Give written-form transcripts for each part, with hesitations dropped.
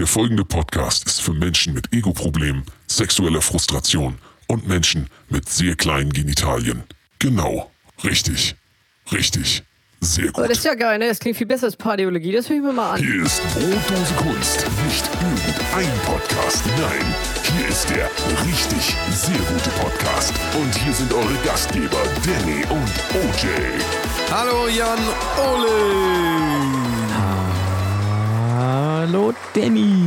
Der folgende Podcast ist für Menschen mit Ego-Problemen, sexueller Frustration und Menschen mit sehr kleinen Genitalien. Genau. Richtig. Sehr gut. Aber das ist ja geil, ne? Das klingt viel besser als Pardiologie. Das höre ich mir mal an. Hier ist Brotdose Kunst. Nicht irgendein Podcast. Nein, hier ist der richtig sehr gute Podcast. Und hier sind eure Gastgeber Danny und OJ. Hallo Jan Ole. Hallo Danny.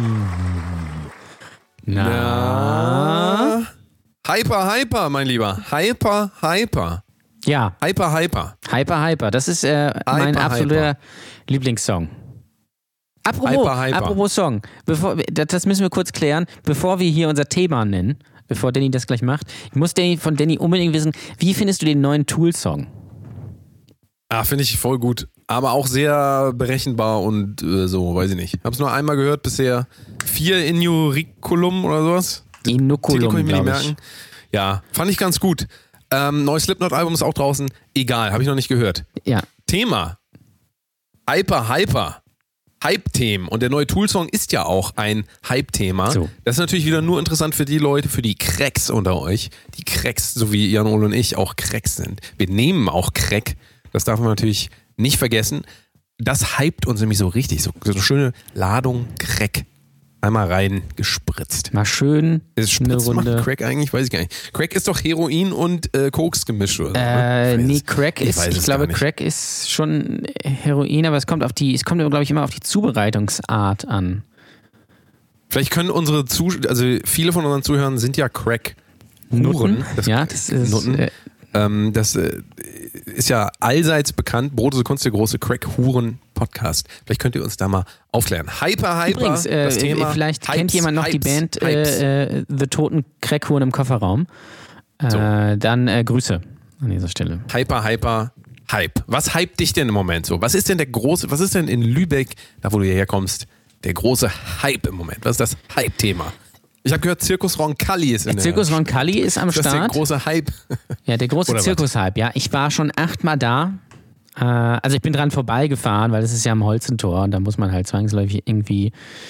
Na? Hyper, mein Lieber. Hyper. Ja. Hyper. Das ist mein absoluter Lieblingssong. Apropos Song. Das müssen wir kurz klären, bevor wir hier unser Thema nennen, bevor Danny das gleich macht. Ich muss von Danny unbedingt wissen, wie findest du den neuen Tool-Song? Finde ich voll gut. Aber auch sehr berechenbar und so, weiß ich nicht. Hab's nur einmal gehört bisher. 4 Inuriculum oder sowas. Inoculum, glaube ich. Ja, fand ich ganz gut. Neues Slipknot-Album ist auch draußen. Egal, habe ich noch nicht gehört. Ja. Thema. Hyper. Hype-Themen. Und der neue Tool-Song ist ja auch ein Hype-Thema. So. Das ist natürlich wieder nur interessant für die Leute, für die Cracks unter euch. Die Cracks, so wie Jan Ole und ich auch Cracks sind. Wir nehmen auch Crack. Das darf man natürlich nicht vergessen. Das hypt uns nämlich so richtig. So eine schöne Ladung Crack. Einmal rein gespritzt. Mal schön eine Runde. Macht Crack eigentlich? Weiß ich gar nicht. Crack ist doch Heroin und Koks gemischt, oder? Nee, Crack ist, ich glaube, Crack ist schon Heroin, aber es kommt glaube ich, immer auf die Zubereitungsart an. Vielleicht können viele von unseren Zuhörern sind ja Crack-Huren. Das ist Nutten. Das ist ja allseits bekannt. Brotdose Kunst, der große Crack-Huren-Podcast. Vielleicht könnt ihr uns da mal aufklären. Hyper, übrigens, das Thema. Vielleicht kennt jemand noch die Band The Toten Crackhuren im Kofferraum. Dann Grüße an dieser Stelle. Hyper. Was hypt dich denn im Moment so? Was ist denn in Lübeck, da wo du hierher kommst, der große Hype im Moment? Was ist das Hype-Thema? Ich habe gehört, Circus Roncalli ist Circus Roncalli ist am Start. Das ist der große Hype. Ja, der große Zirkus-Hype. Ja, ich war schon 8-mal da. Also ich bin dran vorbeigefahren, weil das ist ja am Holzentor und da muss man halt zwangsläufig irgendwie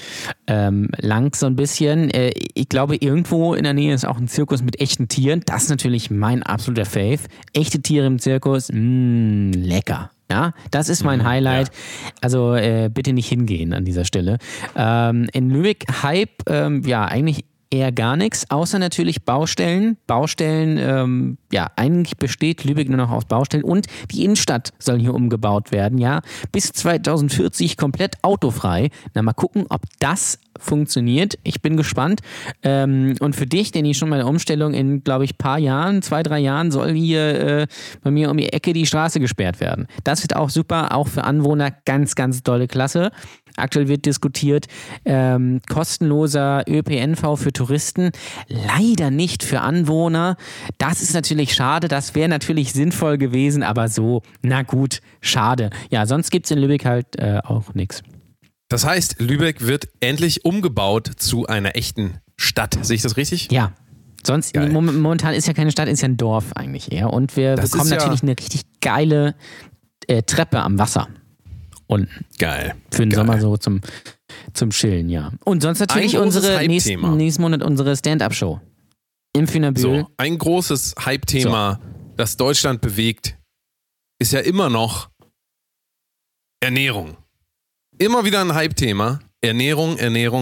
lang so ein bisschen. Ich glaube, irgendwo in der Nähe ist auch ein Zirkus mit echten Tieren. Das ist natürlich mein absoluter Fave. Echte Tiere im Zirkus, lecker. Ja, das ist mein Highlight. Ja. Also bitte nicht hingehen an dieser Stelle. In Lübeck Hype, eigentlich eher gar nichts, außer natürlich Baustellen. Eigentlich besteht Lübeck nur noch aus Baustellen und die Innenstadt soll hier umgebaut werden, ja. Bis 2040 komplett autofrei. Na, mal gucken, ob das funktioniert. Ich bin gespannt. Und für dich, denn schon mal eine Umstellung in, glaube ich, 2-3 Jahren soll hier bei mir um die Ecke die Straße gesperrt werden. Das wird auch super, auch für Anwohner ganz, ganz tolle Klasse. Aktuell wird diskutiert, kostenloser ÖPNV für Touristen, leider nicht für Anwohner. Das ist natürlich schade, das wäre natürlich sinnvoll gewesen, aber so, na gut, schade. Ja, sonst gibt es in Lübeck halt auch nichts. Das heißt, Lübeck wird endlich umgebaut zu einer echten Stadt. Sehe ich das richtig? Ja. Sonst, momentan ist ja keine Stadt, ist ja ein Dorf eigentlich eher. Und wir bekommen natürlich eine richtig geile Treppe am Wasser. Unten. Geil. Für den Sommer so zum Chillen, ja. Und sonst natürlich nächsten Monat unsere Stand-Up-Show. Im Funabül. So, ein großes Hype-Thema, das Deutschland bewegt, ist ja immer noch Ernährung. Immer wieder ein Hype-Thema. Ernährung.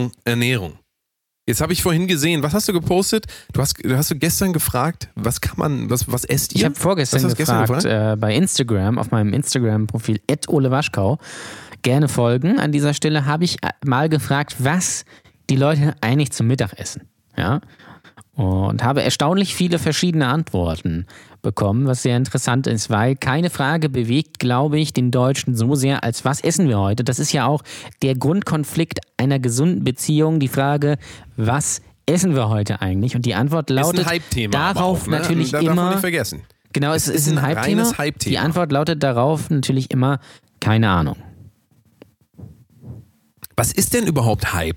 Jetzt habe ich vorhin gesehen, was hast du gepostet? Du hast gestern gefragt, was esst ihr? Ich habe vorgestern gefragt bei Instagram, auf meinem Instagram-Profil @olewaschkau. Gerne folgen. An dieser Stelle habe ich mal gefragt, was die Leute eigentlich zum Mittag essen. Ja? Und habe erstaunlich viele verschiedene Antworten bekommen, was sehr interessant ist, weil keine Frage bewegt, glaube ich, den Deutschen so sehr, als was essen wir heute. Das ist ja auch der Grundkonflikt einer gesunden Beziehung, die Frage, was essen wir heute eigentlich? Und die Antwort lautet ist ein Hype-Thema darauf auch, ne? natürlich da immer... Darf man nicht vergessen. Genau, es ist ein Hype-Thema. Hype-Thema. Die Antwort lautet darauf natürlich immer, keine Ahnung. Was ist denn überhaupt Hype?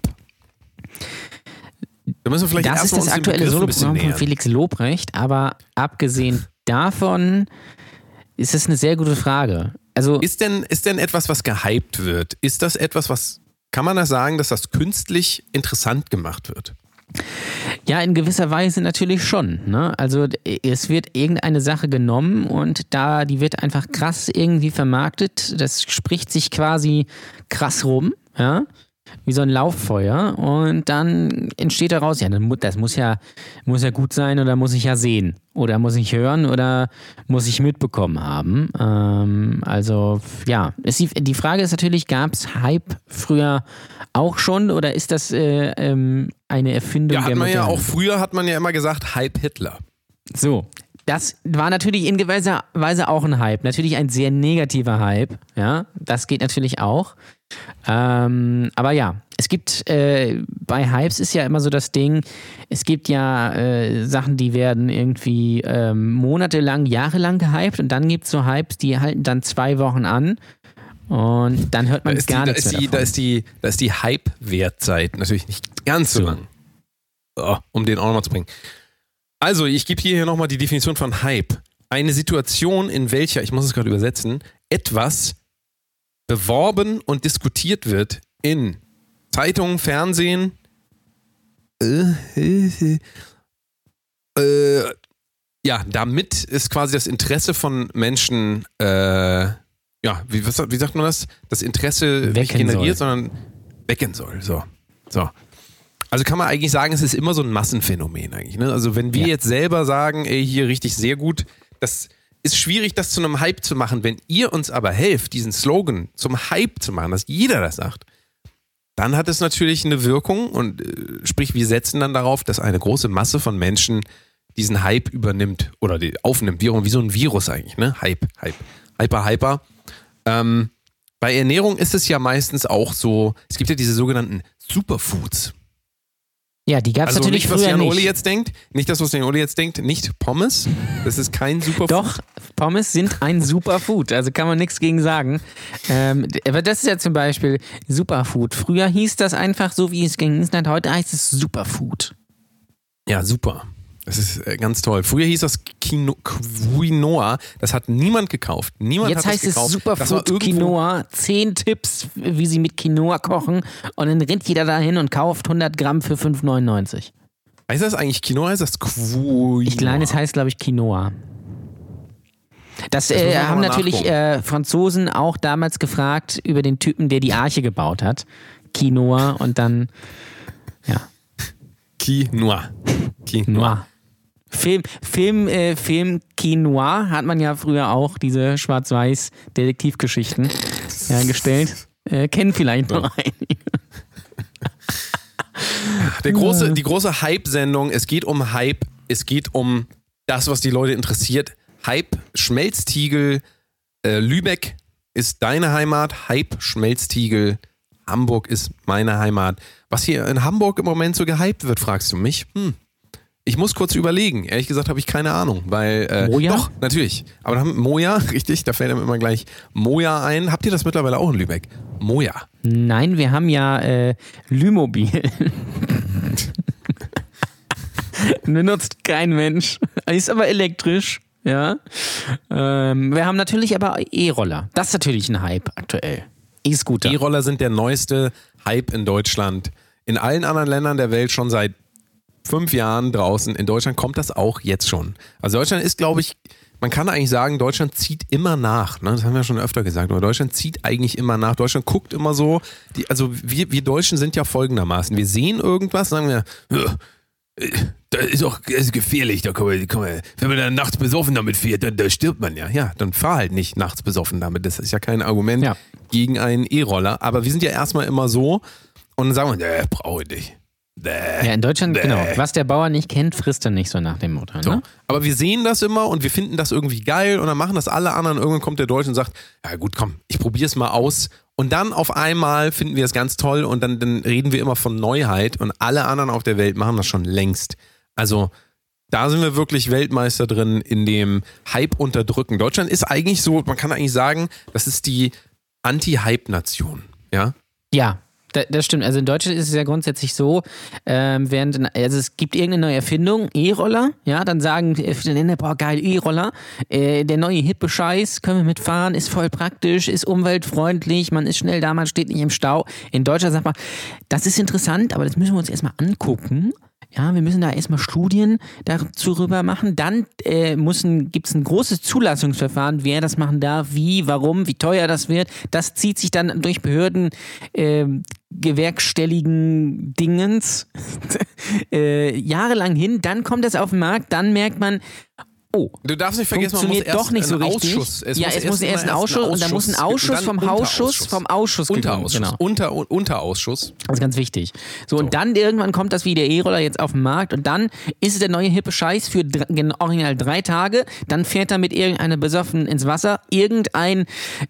Da müssen wir vielleicht das ist das aktuelle Soloprogramm von Felix Lobrecht, aber abgesehen davon ist es eine sehr gute Frage. Also ist denn etwas, was gehypt wird, ist das etwas, was kann man das sagen, dass das künstlich interessant gemacht wird? Ja, in gewisser Weise natürlich schon. Ne? Also es wird irgendeine Sache genommen und die wird einfach krass irgendwie vermarktet. Das spricht sich quasi krass rum, ja, wie so ein Lauffeuer. Und dann entsteht daraus, ja, das muss ja gut sein oder muss ich ja sehen oder muss ich hören oder muss ich mitbekommen haben. Also ja, die Frage ist natürlich, gab es Hype früher auch schon oder ist das eine Erfindung ja, der Moderne? Früher hat man ja immer gesagt, Hype Hitler. So, das war natürlich in gewisser Weise auch ein Hype. Natürlich ein sehr negativer Hype. Ja, das geht natürlich auch. Aber ja, es gibt bei Hypes ist ja immer so das Ding, es gibt ja Sachen, die werden irgendwie monatelang, jahrelang gehypt und dann gibt es so Hypes, die halten dann 2 Wochen an und dann hört man gar nichts mehr davon. Da ist die Hype-Wertzeit natürlich nicht ganz so lang, um den auch nochmal zu bringen. Also, ich gebe hier nochmal die Definition von Hype. Eine Situation, in welcher, ich muss es gerade übersetzen, etwas beworben und diskutiert wird in Zeitungen, Fernsehen, damit ist quasi das Interesse von Menschen, wie sagt man das? Das Interesse nicht generiert, sondern wecken soll. So. Also kann man eigentlich sagen, es ist immer so ein Massenphänomen eigentlich. Ne? Also wenn wir jetzt selber sagen, ey, hier richtig sehr gut, das ist schwierig, das zu einem Hype zu machen. Wenn ihr uns aber helft, diesen Slogan zum Hype zu machen, dass jeder das sagt, dann hat es natürlich eine Wirkung und sprich, wir setzen dann darauf, dass eine große Masse von Menschen diesen Hype übernimmt oder aufnimmt, wie so ein Virus eigentlich, ne? Hyper. Bei Ernährung ist es ja meistens auch so, es gibt ja diese sogenannten Superfoods. Ja, die gab es natürlich nicht, was früher Jan nicht. Ole jetzt denkt, nicht das, was Jan Ole jetzt denkt, nicht Pommes, das ist kein Superfood. Doch, Pommes sind ein Superfood, also kann man nichts gegen sagen. Aber das ist ja zum Beispiel Superfood. Früher hieß das einfach so, wie es ging. Heute heißt es Superfood. Ja, super. Das ist ganz toll. Früher hieß das Quinoa, das hat niemand gekauft. Jetzt heißt es Superfood Quinoa. 10 Tipps, wie sie mit Quinoa kochen und dann rennt jeder dahin und kauft 100 Gramm für 5,99. Heißt das eigentlich Quinoa? Heißt das Quinoa? Ich glaube, es heißt, glaube ich, Quinoa. Das haben natürlich Franzosen auch damals gefragt über den Typen, der die Arche gebaut hat. Quinoa und dann, ja. Quinoa. Film Quinoa hat man ja früher auch, diese Schwarz-Weiß-Detektivgeschichten hergestellt. Kennen vielleicht noch einige. Die große Hype-Sendung, es geht um Hype, es geht um das, was die Leute interessiert. Hype, Schmelztiegel, Lübeck ist deine Heimat, Hype, Schmelztiegel, Hamburg ist meine Heimat. Was hier in Hamburg im Moment so gehypt wird, fragst du mich? Ich muss kurz überlegen. Ehrlich gesagt habe ich keine Ahnung, weil Moja? Doch, natürlich. Aber da haben Moja, richtig, da fällt einem immer gleich Moja ein. Habt ihr das mittlerweile auch in Lübeck? Moja. Nein, wir haben ja Lümobil. Benutzt kein Mensch. Ist aber elektrisch, ja. Wir haben natürlich aber E-Roller. Das ist natürlich ein Hype aktuell. E-Scooter. E-Roller sind der neueste Hype in Deutschland. In allen anderen Ländern der Welt schon seit 5 Jahren draußen. In Deutschland kommt das auch jetzt schon. Also Deutschland ist, glaube ich, man kann eigentlich sagen, Deutschland zieht immer nach. Ne? Das haben wir schon öfter gesagt. Aber Deutschland zieht eigentlich immer nach. Deutschland guckt immer so. Wir Deutschen sind ja folgendermaßen. Wir sehen irgendwas, sagen wir, das ist gefährlich. Wenn man dann nachts besoffen damit fährt, dann stirbt man ja. Ja, dann fahr halt nicht nachts besoffen damit. Das ist ja kein Argument gegen einen E-Roller. Aber wir sind ja erstmal immer so und dann sagen wir, brauche ich nicht. Ja, in Deutschland, genau. Was der Bauer nicht kennt, frisst er nicht, so nach dem Motto. Ne? So. Aber wir sehen das immer und wir finden das irgendwie geil und dann machen das alle anderen. Irgendwann kommt der Deutsche und sagt, ja gut, komm, ich probiere es mal aus. Und dann auf einmal finden wir es ganz toll und dann reden wir immer von Neuheit und alle anderen auf der Welt machen das schon längst. Also da sind wir wirklich Weltmeister drin in dem Hype unterdrücken. Deutschland ist eigentlich so, man kann eigentlich sagen, das ist die Anti-Hype-Nation. Ja? Ja. Das stimmt. Also in Deutschland ist es ja grundsätzlich so, also es gibt irgendeine neue Erfindung, E-Roller, ja, dann sagen die Länder, boah, geil, E-Roller, der neue hippe Scheiß, können wir mitfahren, ist voll praktisch, ist umweltfreundlich, man ist schnell da, man steht nicht im Stau. In Deutschland sagt man, das ist interessant, aber das müssen wir uns erstmal angucken. Ja, wir müssen da erstmal Studien darüber machen. Dann gibt es ein großes Zulassungsverfahren, wer das machen darf, wie, warum, wie teuer das wird. Das zieht sich dann durch Behörden gewerkstelligen Dingens jahrelang hin. Dann kommt das auf den Markt, dann merkt man, oh, du darfst nicht vergessen, man muss erst doch nicht so einen richtig. Ausschuss. Es muss erst ein Ausschuss und dann muss ein Ausschuss vom Ausschuss gegründet, genau. Unterausschuss. Das ist ganz wichtig. So, und dann irgendwann kommt das wie der E-Roller jetzt auf den Markt und dann ist es der neue hippe Scheiß für original 3 Tage. Dann fährt er mit irgendeiner besoffen ins Wasser. Irgendein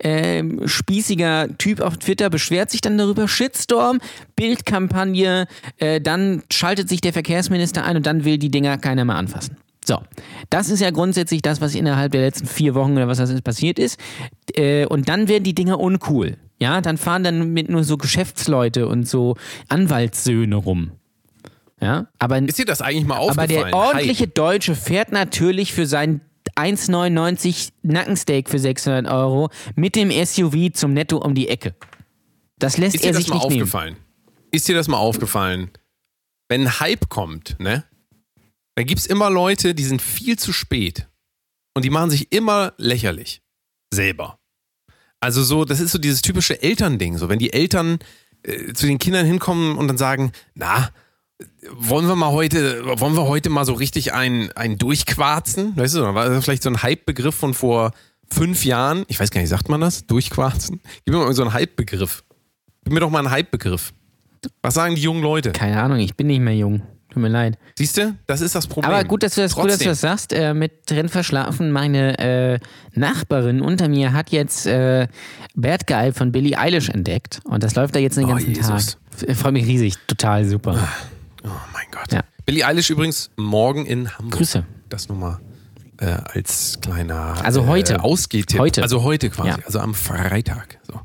spießiger Typ auf Twitter beschwert sich dann darüber. Shitstorm, Bildkampagne, dann schaltet sich der Verkehrsminister ein und dann will die Dinger keiner mehr anfassen. So, das ist ja grundsätzlich das, was innerhalb der letzten 4 Wochen oder was das ist passiert ist. Und dann werden die Dinger uncool. Ja, dann fahren dann mit nur so Geschäftsleute und so Anwaltssöhne rum. Ja, aber ist dir das eigentlich mal aufgefallen? Aber der ordentliche Deutsche fährt natürlich für sein 1,99 Nackensteak für 600 € mit dem SUV zum Netto um die Ecke. Das lässt er sich nicht nehmen. Ist dir das mal aufgefallen? Wenn ein Hype kommt, ne? Da gibt es immer Leute, die sind viel zu spät. Und die machen sich immer lächerlich. Selber. Also so, das ist so dieses typische Elternding. So, wenn die Eltern zu den Kindern hinkommen und dann sagen, na, wollen wir heute mal so richtig einen durchquarzen? Weißt du, war das vielleicht so ein Hype-Begriff von vor 5 Jahren? Ich weiß gar nicht, sagt man das? Durchquarzen? Gib mir mal so einen Hype-Begriff. Gib mir doch mal einen Hype-Begriff. Was sagen die jungen Leute? Keine Ahnung, ich bin nicht mehr jung. Tut mir leid. Siehst du? Das ist das Problem. Aber gut, dass du das sagst. Mit drin verschlafen. Meine Nachbarin unter mir hat jetzt Bad Guy von Billie Eilish entdeckt. Und das läuft da jetzt den ganzen Tag. Ich freue mich riesig. Total super. Oh mein Gott. Ja. Billie Eilish übrigens morgen in Hamburg. Grüße. Das nur mal als kleiner also heute. Ausgehtipp. Heute. Also heute quasi. Ja. Also am Freitag. So.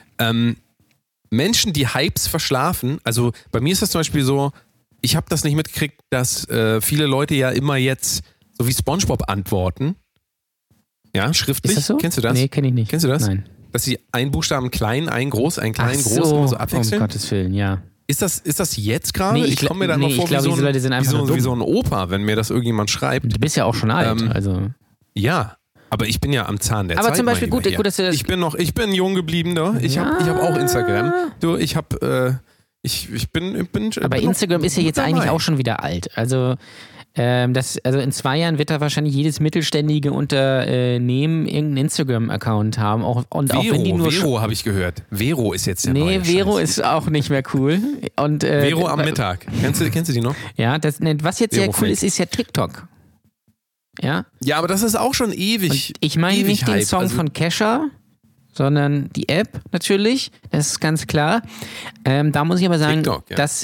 Menschen, die Hypes verschlafen. Also bei mir ist das zum Beispiel so, ich habe das nicht mitgekriegt, dass viele Leute ja immer jetzt so wie SpongeBob antworten. Ja, schriftlich. Ist das so? Kennst du das? Nee, kenne ich nicht. Kennst du das? Nein. Dass sie einen Buchstaben klein, einen groß, einen kleinen, Ach groß immer so abwechseln? Um Gottes Willen, ja. Ist das jetzt gerade? Nee, ich komme mir dann mal vor wie so ein Opa, wenn mir das irgendjemand schreibt. Du bist ja auch schon alt. Also. Ja, aber ich bin ja am Zahn der Zeit. Aber zum Beispiel gut, dass du das... Ich bin jung geblieben, da. Ich hab auch Instagram. Du, ich habe... Ich bin aber Instagram ist ja jetzt eigentlich auch schon wieder alt. Also in 2 Jahren wird da wahrscheinlich jedes mittelständige Unternehmen irgendeinen Instagram-Account haben. Auch wenn die nur Vero habe ich gehört. Vero ist jetzt der neue Nee, Vero Scheiß. ist auch nicht mehr cool. Und, Vero am Mittag. Kennst du die noch? Ja, was jetzt Vero sehr cool ist ja TikTok. Ja? Ja, aber das ist auch schon ewig. Und ich meine nicht den Hype. Song von Kesha, sondern die App natürlich, das ist ganz klar. Da muss ich aber sagen, TikTok, ja. dass,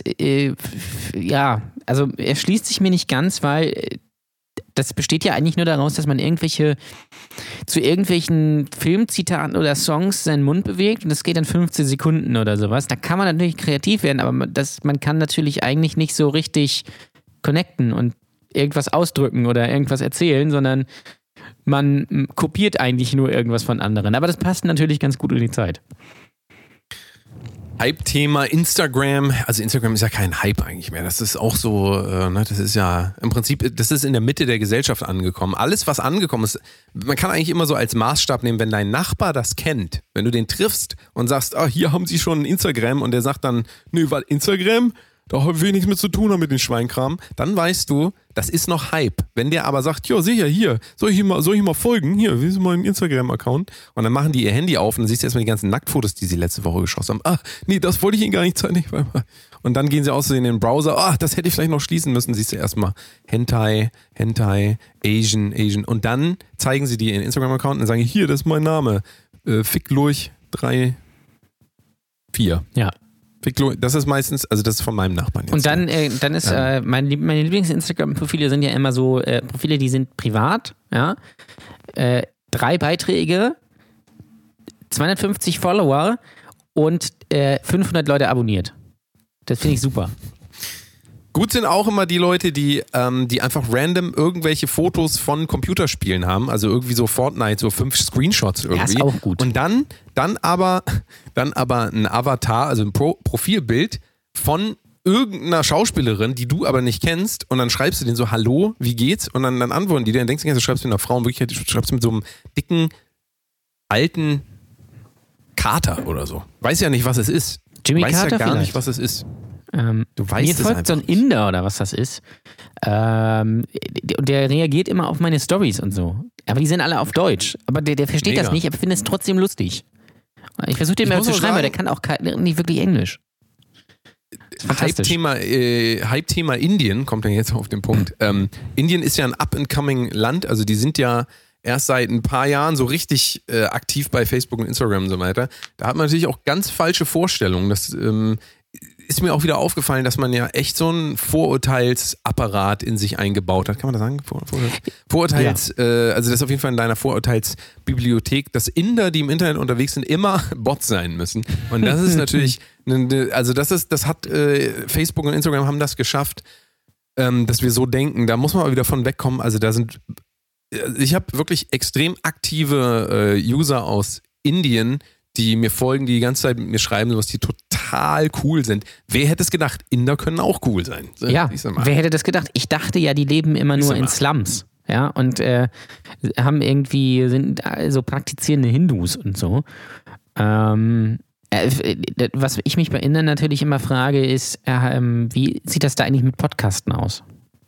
also erschließt sich mir nicht ganz, weil das besteht ja eigentlich nur daraus, dass man zu irgendwelchen Filmzitaten oder Songs seinen Mund bewegt und das geht dann 15 Sekunden oder sowas. Da kann man natürlich kreativ werden, aber man kann natürlich eigentlich nicht so richtig connecten und irgendwas ausdrücken oder irgendwas erzählen, sondern man kopiert eigentlich nur irgendwas von anderen. Aber das passt natürlich ganz gut in die Zeit. Hype-Thema Instagram. Also Instagram ist ja kein Hype eigentlich mehr. Das ist auch so, das ist ja im Prinzip, das ist in der Mitte der Gesellschaft angekommen. Alles, was angekommen ist, man kann eigentlich immer so als Maßstab nehmen, wenn dein Nachbar das kennt, wenn du den triffst und sagst, hier haben sie schon Instagram und der sagt dann, nö, was, Instagram? Da haben wir nichts mit zu tun mit dem Schweinkram, dann weißt du, das ist noch Hype. Wenn der aber sagt, ja sicher, hier, soll ich mal folgen? Hier, wie ist mein Instagram-Account? Und dann machen die ihr Handy auf und dann siehst du erstmal die ganzen Nacktfotos, die sie letzte Woche geschossen haben. Nee, das wollte ich ihnen gar nicht zeigen. Und dann gehen sie außerdem in den Browser, das hätte ich vielleicht noch schließen müssen, siehst du erstmal Hentai, Asian. Und dann zeigen sie dir ihren Instagram-Account und sagen, hier, das ist mein Name. Fick Lurch 3, 4. Ja. Das ist meistens, also das ist von meinem Nachbarn jetzt. Und dann ist meine Lieblings-Instagram-Profile sind ja immer so Profile, die sind privat, ja. 3 Beiträge, 250 Follower und 500 Leute abonniert. Das finde ich super. Gut sind auch immer die Leute, die einfach random irgendwelche Fotos von Computerspielen haben, also irgendwie so Fortnite, so 5 Screenshots irgendwie. Ja, ist auch gut. Und dann aber ein Avatar, also ein Profilbild von irgendeiner Schauspielerin, die du aber nicht kennst, und dann schreibst du denen so, hallo, wie geht's? Und dann antworten die dir, dann denkst du, du schreibst mit einer Frau, in Wirklichkeit schreibst du mit so einem dicken, alten Kater oder so. Weiß ja nicht, was es ist. Jimmy Weiß Carter ja gar vielleicht. nicht, was es ist. Du weißt mir es folgt so ein einfach Inder oder was das ist. Und der reagiert immer auf meine Stories und so. Aber die sind alle auf Deutsch. Aber der versteht Mega. das nicht, aber findet es trotzdem lustig. Ich versuche dem mal zu schreiben, aber der kann auch nicht wirklich Englisch. Hype-Thema Indien kommt dann jetzt auf den Punkt. Indien ist ja ein up-and-coming Land, also die sind ja erst seit ein paar Jahren so richtig aktiv bei Facebook und Instagram und so weiter. Da hat man natürlich auch ganz falsche Vorstellungen. Das ist mir auch wieder aufgefallen, dass man ja echt so einen Vorurteilsapparat in sich eingebaut hat. Kann man das sagen? Also das ist auf jeden Fall in deiner Vorurteilsbibliothek, dass Inder, die im Internet unterwegs sind, immer Bots sein müssen. Und das ist natürlich, also das hat Facebook und Instagram haben das geschafft, dass wir so denken. Da muss man aber wieder von wegkommen. Also ich habe wirklich extrem aktive User aus Indien, die mir folgen, die die ganze Zeit mit mir schreiben, was die total cool sind. Wer hätte es gedacht? Inder können auch cool sein. Ja, wer hätte das gedacht? Ich dachte ja, die leben immer nur in Slums. Ja, und sind so praktizierende Hindus und so. Was ich mich bei Indern natürlich immer frage, ist, wie sieht das da eigentlich mit Podcasten aus?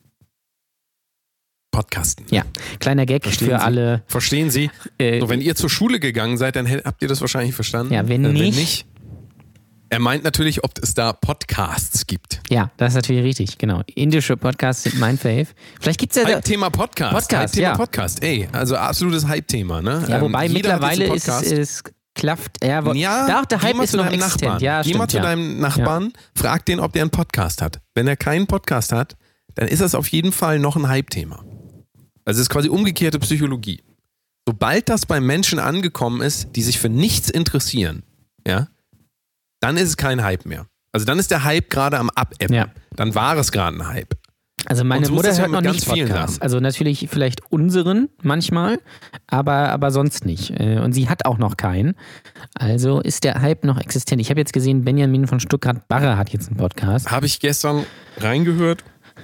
Podcasten. Ja, kleiner Gag für alle. Verstehen Sie? So, wenn ihr zur Schule gegangen seid, dann habt ihr das wahrscheinlich verstanden. Ja, wenn nicht. Er meint natürlich, ob es da Podcasts gibt. Ja, das ist natürlich richtig, genau. Indische Podcasts sind mein Fave. Vielleicht gibt es ja... Hype-Thema Podcast. Hype-Thema Podcast, ey. Also absolutes Hype-Thema, ne? Ja, wobei mittlerweile es klafft... der Hype ist noch existent. Ja, geh mal zu deinem Nachbarn, frag den, ob der einen Podcast hat. Wenn er keinen Podcast hat, dann ist das auf jeden Fall noch ein Hype-Thema. Also es ist quasi umgekehrte Psychologie. Sobald das bei Menschen angekommen ist, die sich für nichts interessieren, ja, dann ist es kein Hype mehr. Also dann ist der Hype gerade am Abebben. Ja. Dann war es gerade ein Hype. Also meine so Mutter ist es hört ja noch mit nicht ganz vielen Podcasts. Sachen. Also natürlich vielleicht unseren manchmal, aber sonst nicht. Und sie hat auch noch keinen. Also ist der Hype noch existent. Ich habe jetzt gesehen, Benjamin von Stuttgart-Barre hat jetzt einen Podcast. Habe ich gestern reingehört.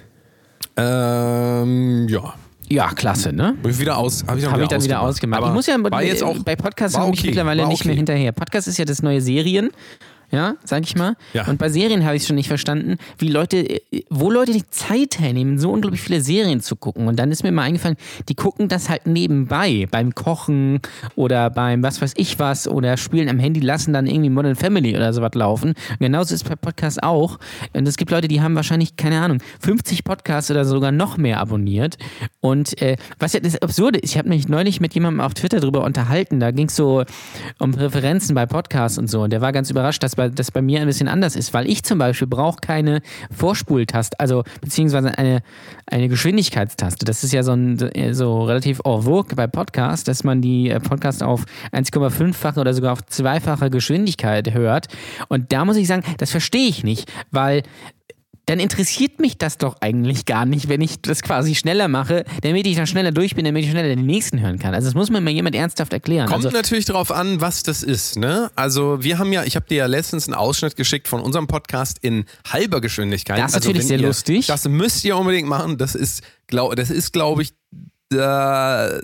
Ja. Ja, klasse, ne? Habe ich dann wieder ausgemacht. Ich muss ja bei Podcasts bin ich mittlerweile nicht mehr hinterher. Podcast ist ja das neue Serien. Ja, sag ich mal. Ja. Und bei Serien habe ich es schon nicht verstanden, wo Leute die Zeit hernehmen, so unglaublich viele Serien zu gucken. Und dann ist mir mal eingefallen, die gucken das halt nebenbei, beim Kochen oder beim was weiß ich was oder spielen am Handy, lassen dann irgendwie Modern Family oder sowas laufen. Und genauso ist es bei Podcasts auch. Und es gibt Leute, die haben wahrscheinlich, keine Ahnung, 50 Podcasts oder sogar noch mehr abonniert. Und was ja das Absurde ist, ich habe mich neulich mit jemandem auf Twitter drüber unterhalten, da ging es so um Präferenzen bei Podcasts und so. Und der war ganz überrascht, dass das bei mir ein bisschen anders ist, weil ich zum Beispiel brauche keine Vorspultaste, also beziehungsweise eine Geschwindigkeitstaste. Das ist ja so relativ en vogue bei Podcasts, dass man die Podcasts auf 1,5-fache oder sogar auf 2-fache Geschwindigkeit hört. Und da muss ich sagen, das verstehe ich nicht, weil dann interessiert mich das doch eigentlich gar nicht, wenn ich das quasi schneller mache, damit ich dann schneller durch bin, damit ich schneller den nächsten hören kann. Also das muss mir mal jemand ernsthaft erklären. Kommt natürlich darauf an, was das ist, ne? Also ich habe dir ja letztens einen Ausschnitt geschickt von unserem Podcast in halber Geschwindigkeit. Das ist natürlich sehr lustig. Das müsst ihr unbedingt machen. Das ist, glaube ich, das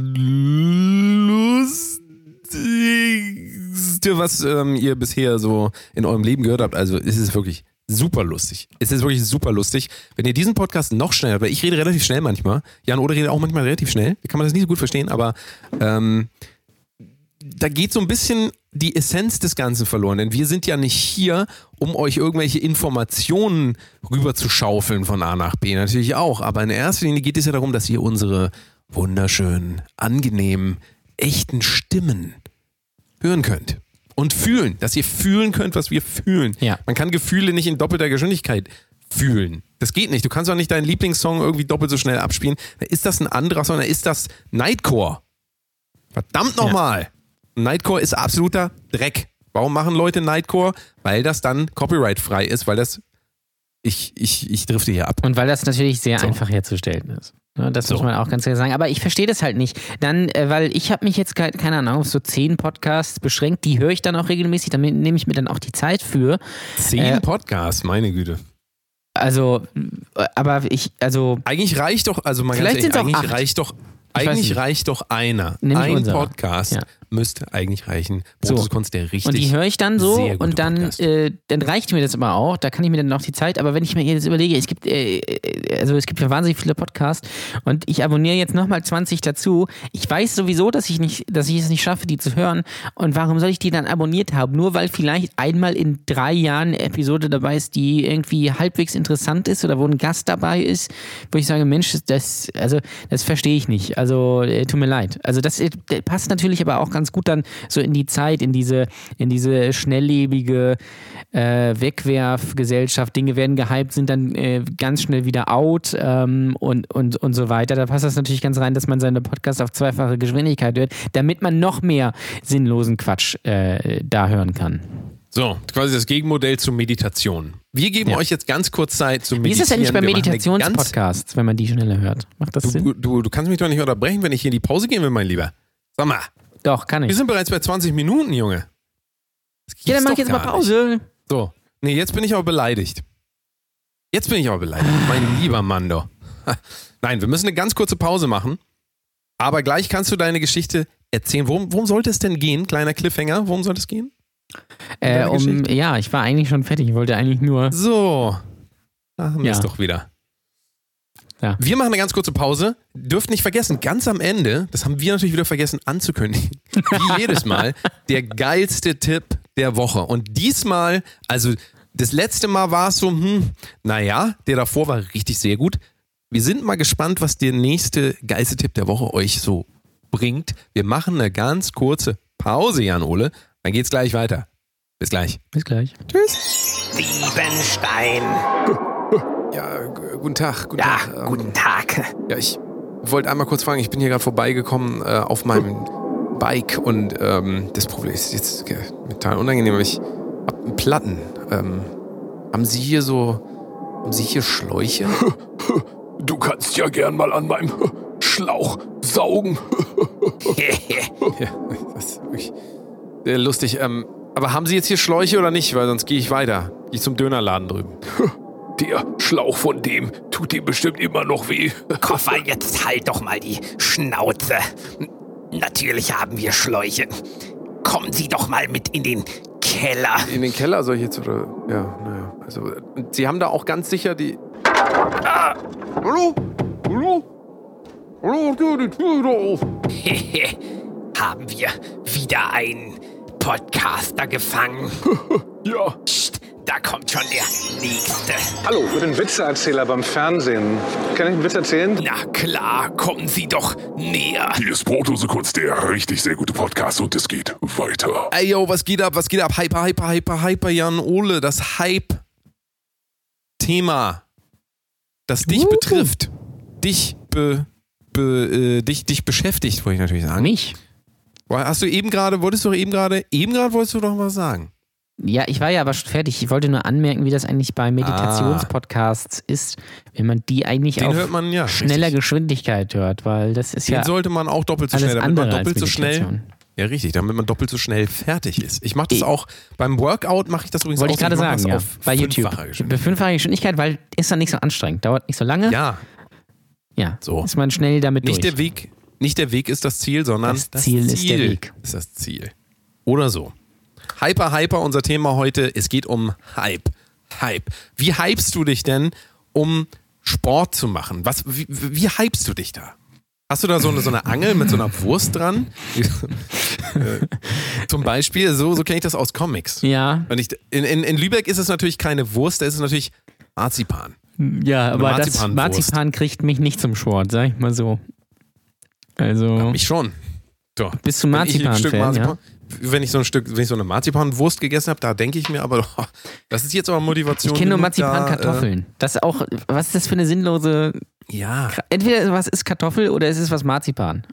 Lustigste, was ihr bisher so in eurem Leben gehört habt. Also es ist wirklich super lustig. Es ist wirklich super lustig. Wenn ihr diesen Podcast noch schneller, weil ich rede relativ schnell manchmal, Jan Oder redet auch manchmal relativ schnell, da kann man das nicht so gut verstehen, aber da geht so ein bisschen die Essenz des Ganzen verloren, denn wir sind ja nicht hier, um euch irgendwelche Informationen rüber zu schaufeln von A nach B, natürlich auch, aber in erster Linie geht es ja darum, dass ihr unsere wunderschönen, angenehmen, echten Stimmen hören könnt. Und fühlen, dass ihr fühlen könnt, was wir fühlen. Ja. Man kann Gefühle nicht in doppelter Geschwindigkeit fühlen. Das geht nicht. Du kannst auch nicht deinen Lieblingssong irgendwie doppelt so schnell abspielen. Dann ist das ein anderer Song, dann ist das Nightcore. Verdammt nochmal. Ja. Nightcore ist absoluter Dreck. Warum machen Leute Nightcore? Weil das dann copyright-frei ist, weil das ich drifte hier ab. Und weil das natürlich sehr einfach herzustellen ist. Ja, das muss man auch ganz klar sagen. Aber ich verstehe das halt nicht. Dann, weil ich habe mich jetzt, keine Ahnung, auf so 10 Podcasts beschränkt. Die höre ich dann auch regelmäßig. Damit nehme ich mir dann auch die Zeit für. 10 Podcasts, meine Güte. Also, aber eigentlich reicht doch, also mal vielleicht ganz ehrlich, eigentlich reicht doch einer. Nämlich ein unser. Podcast müsste eigentlich reichen. Brotuskunst, der richtig. Und die höre ich dann so sehr gute und dann, dann reicht mir das aber auch. Da kann ich mir dann noch die Zeit. Aber wenn ich mir jetzt überlege, es gibt ja wahnsinnig viele Podcasts und ich abonniere jetzt nochmal 20 dazu. Ich weiß sowieso, dass ich es nicht schaffe, die zu hören. Und warum soll ich die dann abonniert haben? Nur weil vielleicht einmal in 3 Jahren eine Episode dabei ist, die irgendwie halbwegs interessant ist oder wo ein Gast dabei ist, wo ich sage, Mensch, das verstehe ich nicht. Also tut mir leid. Also das passt natürlich aber auch ganz gut dann so in die Zeit, in diese schnelllebige Wegwerfgesellschaft. Dinge werden gehypt, sind dann ganz schnell wieder out und so weiter. Da passt das natürlich ganz rein, dass man seine Podcasts auf 2-fache Geschwindigkeit hört, damit man noch mehr sinnlosen Quatsch da hören kann. So, quasi das Gegenmodell zur Meditation. Wir geben euch jetzt ganz kurz Zeit zu meditieren. Wie ist das eigentlich bei Meditationspodcasts, wenn man die schneller hört? Macht das Sinn? Du kannst mich doch nicht unterbrechen, wenn ich hier in die Pause gehen will, mein Lieber. Sag mal. Doch, kann ich. Wir sind bereits bei 20 Minuten, Junge. Ja, dann mach ich jetzt mal Pause. Nicht. So. Nee, jetzt bin ich aber beleidigt. Mein lieber Mando. Nein, wir müssen eine ganz kurze Pause machen. Aber gleich kannst du deine Geschichte erzählen. Worum sollte es denn gehen? Kleiner Cliffhanger. Worum sollte es gehen? Ich war eigentlich schon fertig. Ich wollte eigentlich nur... So. Da haben wir es doch wieder. Ja. Wir machen eine ganz kurze Pause. Dürft nicht vergessen, ganz am Ende, das haben wir natürlich wieder vergessen anzukündigen, wie jedes Mal, der geilste Tipp der Woche. Und diesmal, also das letzte Mal war es so, der davor war richtig sehr gut. Wir sind mal gespannt, was der nächste geilste Tipp der Woche euch so bringt. Wir machen eine ganz kurze Pause, Jan-Ole. Dann geht's gleich weiter. Bis gleich. Bis gleich. Tschüss. Siebenstein. Ja, guten Tag. Guten Tag. Ja, ich wollte einmal kurz fragen, ich bin hier gerade vorbeigekommen auf meinem Bike und das Problem ist jetzt total unangenehm, aber ich habe einen Platten. Haben Sie hier Schläuche? Du kannst ja gern mal an meinem Schlauch saugen. Ja, das ist wirklich sehr lustig. Aber haben Sie jetzt hier Schläuche oder nicht? Weil sonst gehe ich weiter. Gehe ich zum Dönerladen drüben. Der Schlauch von dem tut ihm bestimmt immer noch weh. Koffer, jetzt halt doch mal die Schnauze. Natürlich haben wir Schläuche. Kommen Sie doch mal mit in den Keller. In den Keller soll ich jetzt, oder? Ja, naja. Also, Sie haben da auch ganz sicher die... Hallo? Die Tür wieder auf. Haben wir wieder einen Podcaster gefangen? Ja. Psst, da kommt schon der Nächste. Hallo, ich bin Witzeerzähler beim Fernsehen. Kann ich einen Witz erzählen? Na klar, kommen Sie doch näher. Hier ist Brotuskunst, der richtig sehr gute Podcast und es geht weiter. Ey, yo, was geht ab? Hyper, Jan-Ole. Das Hype-Thema, das dich betrifft, dich beschäftigt, wollte ich natürlich sagen. Mich? Wolltest du doch was sagen? Ja, ich war ja aber schon fertig. Ich wollte nur anmerken, wie das eigentlich bei Meditationspodcasts ist, wenn man die eigentlich Den auf hört man, ja, schneller richtig. Geschwindigkeit hört, weil das ist ja... Den sollte man auch doppelt so alles schnell, damit man andere doppelt als so schnell... Meditation. Ja, richtig, damit man doppelt so schnell fertig ist. Ich mache das auch, beim Workout mache ich das übrigens Wollte auch. ich gerade sagen, ja. Bei YouTube. Bei 5-fache Geschwindigkeit, weil ist dann nicht so anstrengend, dauert nicht so lange. Ja. Ja, so. Ist man schnell damit Nicht durch. Nicht der Weg ist das Ziel, sondern das Ziel ist der Weg. Ist das Ziel. Oder so. Hyper, unser Thema heute. Es geht um Hype. Wie hypst du dich denn, um Sport zu machen? Wie hypst du dich da? Hast du da so eine Angel mit so einer Wurst dran? Zum Beispiel, so kenne ich das aus Comics. Ja. In Lübeck ist es natürlich keine Wurst, da ist es natürlich Marzipan. Ja, aber das Marzipan kriegt mich nicht zum Sport, sag ich mal so. Also. Ja, mich schon. So. Bist du Marzipan-Fan, ja? Wenn ich so eine Marzipanwurst gegessen habe, da denke ich mir aber, das ist jetzt aber Motivation. Ich kenne nur Marzipan-Kartoffeln. Das ist auch, was ist das für eine sinnlose... Ja. Entweder was ist Kartoffel oder es ist was Marzipan.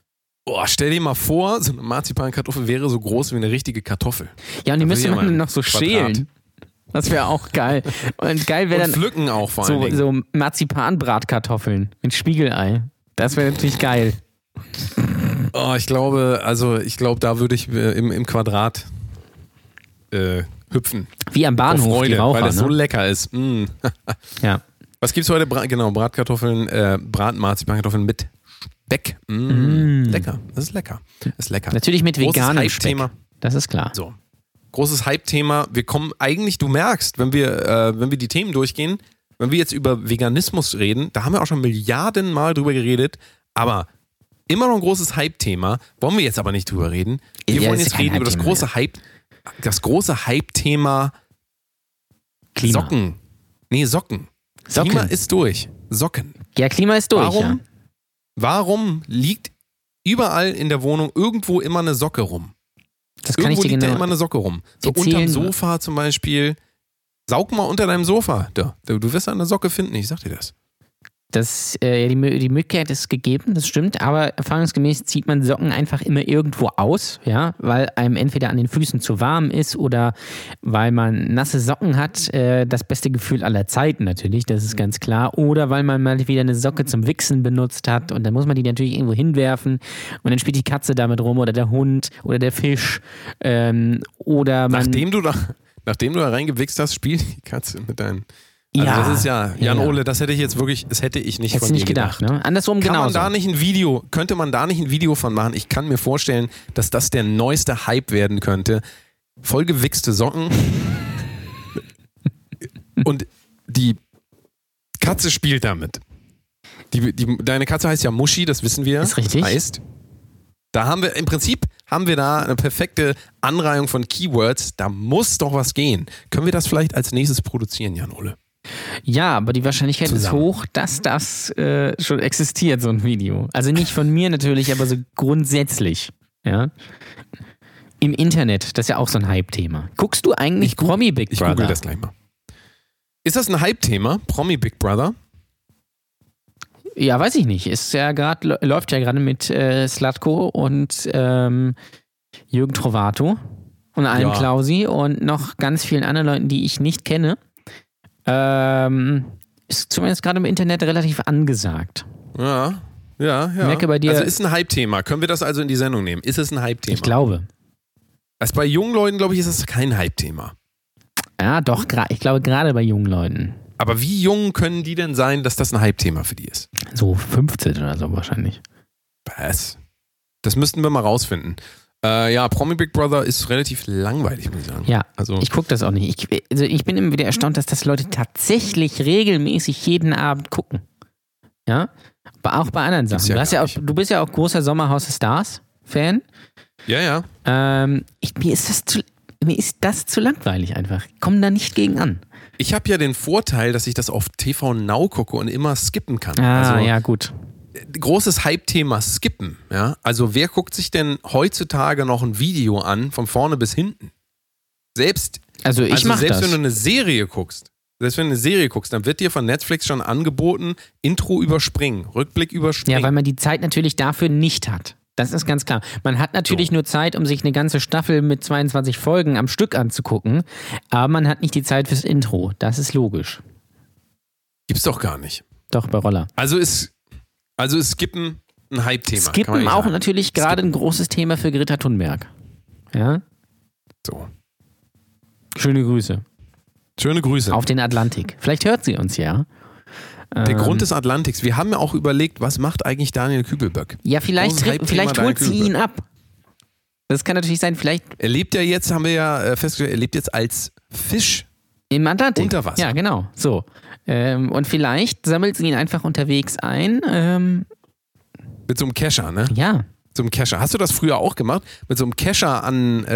Boah, stell dir mal vor, so eine Marzipankartoffel wäre so groß wie eine richtige Kartoffel. Ja, und die müsste wäre man mal noch so Quadrat. schälen. Das wäre auch geil. Und geil wäre Und dann pflücken auch vor allen Dingen. so Marzipanbratkartoffeln mit Spiegelei. Das wäre natürlich geil. Oh, ich glaube, da würde ich im Quadrat hüpfen. Wie am Vor Bahnhof, Freude, die Raucher. weil das so Ne? lecker ist. Mm. Ja. Was gibt's heute? Bratkartoffeln, Bratmarzipankartoffeln mit Speck. Lecker. Das ist lecker. Das ist lecker. Natürlich mit Großes veganem Speck. Hype-Thema. Das ist klar. So. Großes Hype-Thema. Wir kommen eigentlich, du merkst, wenn wir die Themen durchgehen, wenn wir jetzt über Veganismus reden, da haben wir auch schon Milliarden Mal drüber geredet, aber immer noch ein großes Hype-Thema. Wollen wir jetzt aber nicht drüber reden. Wir Ja, wollen ist jetzt kein reden über das große Hype-Thema Klima. Socken. Nee, Socken. Socken. Klima ist durch. Socken. Ja, Klima ist durch. Ja. Warum liegt überall in der Wohnung irgendwo immer eine Socke rum? Das kann Irgendwo ich dir liegt da genau immer eine Socke rum. So erzählen. unterm Sofa zum Beispiel. Saug mal unter deinem Sofa. Du wirst eine Socke finden, ich sag dir das. Die Möglichkeit ist gegeben, das stimmt, aber erfahrungsgemäß zieht man Socken einfach immer irgendwo aus, ja, weil einem entweder an den Füßen zu warm ist oder weil man nasse Socken hat, das beste Gefühl aller Zeiten natürlich, das ist ganz klar, oder weil man mal wieder eine Socke zum Wichsen benutzt hat und dann muss man die natürlich irgendwo hinwerfen und dann spielt die Katze damit rum oder der Hund oder der Fisch oder man... Nachdem du da reingewichst hast, spielt die Katze mit deinen... Also Ja, das ist ja, Jan-Ole, ja. das hätte ich jetzt wirklich, das hätte ich nicht Hättest von du dir nicht gedacht, ne? Andersrum genauso. Könnte man da nicht ein Video von machen? Ich kann mir vorstellen, dass das der neueste Hype werden könnte. Vollgewichste Socken und die Katze spielt damit. Deine Katze heißt ja Muschi, das wissen wir. Ist richtig. Das heißt, da haben wir, im Prinzip haben wir da eine perfekte Anreihung von Keywords. Da muss doch was gehen. Können wir das vielleicht als nächstes produzieren, Jan-Ole? Ja, aber die Wahrscheinlichkeit Zusammen. ist hoch, dass das schon existiert, so ein Video. Also nicht von mir natürlich, aber so grundsätzlich. Ja. Im Internet, das ist ja auch so ein Hype-Thema. Guckst du eigentlich Promi Big Ich Brother? google das gleich mal. Ist das ein Hype-Thema? Promi Big Brother? Ja, weiß ich nicht. Ist ja läuft ja gerade mit Slatko und Jürgen Trovato und Alm Ja. Klausi und noch ganz vielen anderen Leuten, die ich nicht kenne. Ist zumindest gerade im Internet relativ angesagt. Ja. Merke bei dir- Also ist ein Hype-Thema. Können wir das also in die Sendung nehmen? Ist es ein Hype-Thema? Ich glaube. Also bei jungen Leuten, glaube ich, ist es kein Hype-Thema. Ja, doch, ich glaube gerade bei jungen Leuten. Aber wie jung können die denn sein, dass das ein Hype-Thema für die ist? So 15 oder so wahrscheinlich. Was? Das müssten wir mal rausfinden. Ja, Promi Big Brother ist relativ langweilig, muss ich sagen. Ja, Also, ich gucke das auch nicht. Ich bin immer wieder erstaunt, dass das Leute tatsächlich regelmäßig jeden Abend gucken. Ja, aber auch bei anderen Sachen. ja Du bist ja auch großer Sommerhaus der Stars-Fan. ja. Mir ist das zu langweilig einfach. Ich komme da nicht gegen an. Ich habe ja den Vorteil, dass ich das auf TV Now gucke und immer skippen kann. Ja, gut. Großes Hype-Thema skippen. Ja? Also wer guckt sich denn heutzutage noch ein Video an, von vorne bis hinten? Selbst Ich mache das. wenn du eine Serie guckst, dann wird dir von Netflix schon angeboten, Intro überspringen, Rückblick überspringen. Ja, weil man die Zeit natürlich dafür nicht hat. Das ist ganz klar. Man hat natürlich nur Zeit, um sich eine ganze Staffel mit 22 Folgen am Stück anzugucken, aber man hat nicht die Zeit fürs Intro. Das ist logisch. Gibt's doch gar nicht. Doch, bei Roller. Also ist Skippen ein Hype-Thema. kann man Skippen nicht auch sagen. natürlich gerade ein großes Thema für Greta Thunberg. Ja? So. Schöne Grüße. Schöne Grüße. Auf den Atlantik. Vielleicht hört sie uns ja. Der Grund des Atlantiks. Wir haben ja auch überlegt, was macht eigentlich Daniel Kübelböck? Ja, vielleicht Großes Hype-Thema holt Daniel sie ihn Kübelböck. ab. Das kann natürlich sein, vielleicht Er lebt ja jetzt, haben wir ja festgestellt, er lebt jetzt als Fisch. im Atlantik. Unter Wasser. Ja, genau. So. Und vielleicht sammelt sie ihn einfach unterwegs ein. Mit so einem Kescher, ne? Ja. So einem Kescher. Hast du das früher auch gemacht? Mit so einem Kescher an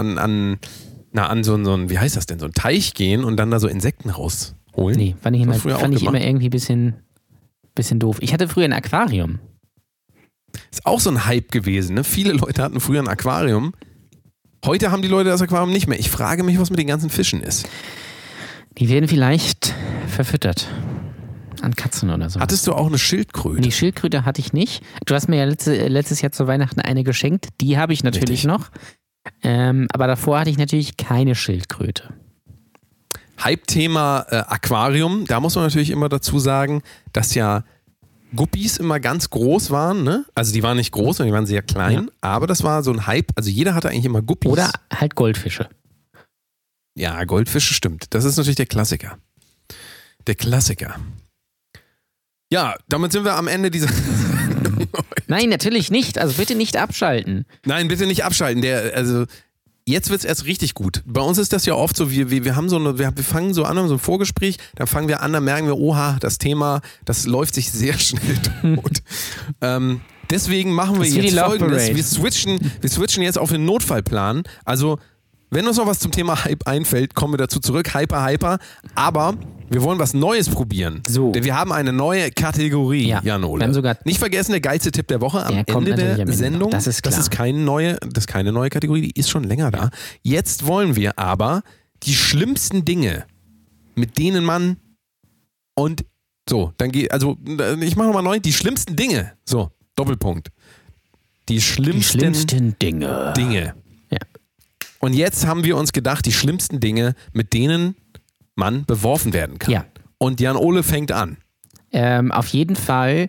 so ein, wie heißt das denn, so ein Teich gehen und dann da so Insekten rausholen? Nee, fand ich Das früher auch immer gemacht. irgendwie ein bisschen doof. Ich hatte früher ein Aquarium. Ist auch so ein Hype gewesen, ne? Viele Leute hatten früher ein Aquarium. Heute haben die Leute das Aquarium nicht mehr. Ich frage mich, was mit den ganzen Fischen ist. Die werden vielleicht verfüttert. an Katzen oder so. Hattest du auch eine Schildkröte? Die Schildkröte hatte ich nicht. Du hast mir ja letztes Jahr zu Weihnachten eine geschenkt. Die habe ich natürlich noch. Aber davor hatte ich natürlich keine Schildkröte. Hype-Thema Aquarium. Da muss man natürlich immer dazu sagen, dass ja Guppies immer ganz groß waren. Ne? Also die waren nicht groß, sondern die waren sehr klein. Ja. Aber das war so ein Hype. Also jeder hatte eigentlich immer Guppies. Oder halt Goldfische. Ja, Goldfische stimmt. Das ist natürlich der Klassiker. Der Klassiker. Ja, damit sind wir am Ende dieser... Nein, natürlich nicht. Also bitte nicht abschalten. Nein, bitte nicht abschalten. Jetzt wird es erst richtig gut. Bei uns ist das ja oft so, wir fangen so an, so ein Vorgespräch, dann fangen wir an, dann merken wir, oha, das Thema, das läuft sich sehr schnell tot. Deswegen machen wir jetzt Folgendes. Wir switchen jetzt auf den Notfallplan. Also, wenn uns noch was zum Thema Hype einfällt, kommen wir dazu zurück. Hyper. Aber wir wollen was Neues probieren. So. Denn wir haben eine neue Kategorie, Jan Ole. Nicht vergessen, der geilste Tipp der Woche am Ende der Sendung. Das ist klar. Das ist keine neue Kategorie, die ist schon länger da. Jetzt wollen wir aber die schlimmsten Dinge, mit denen man und so, dann geht, also ich mache nochmal neu, die schlimmsten Dinge. So, Doppelpunkt. Die schlimmsten Dinge. Ja. Und jetzt haben wir uns gedacht, die schlimmsten Dinge, mit denen man beworfen werden kann. Ja. Und Jan Ole fängt an. Auf jeden Fall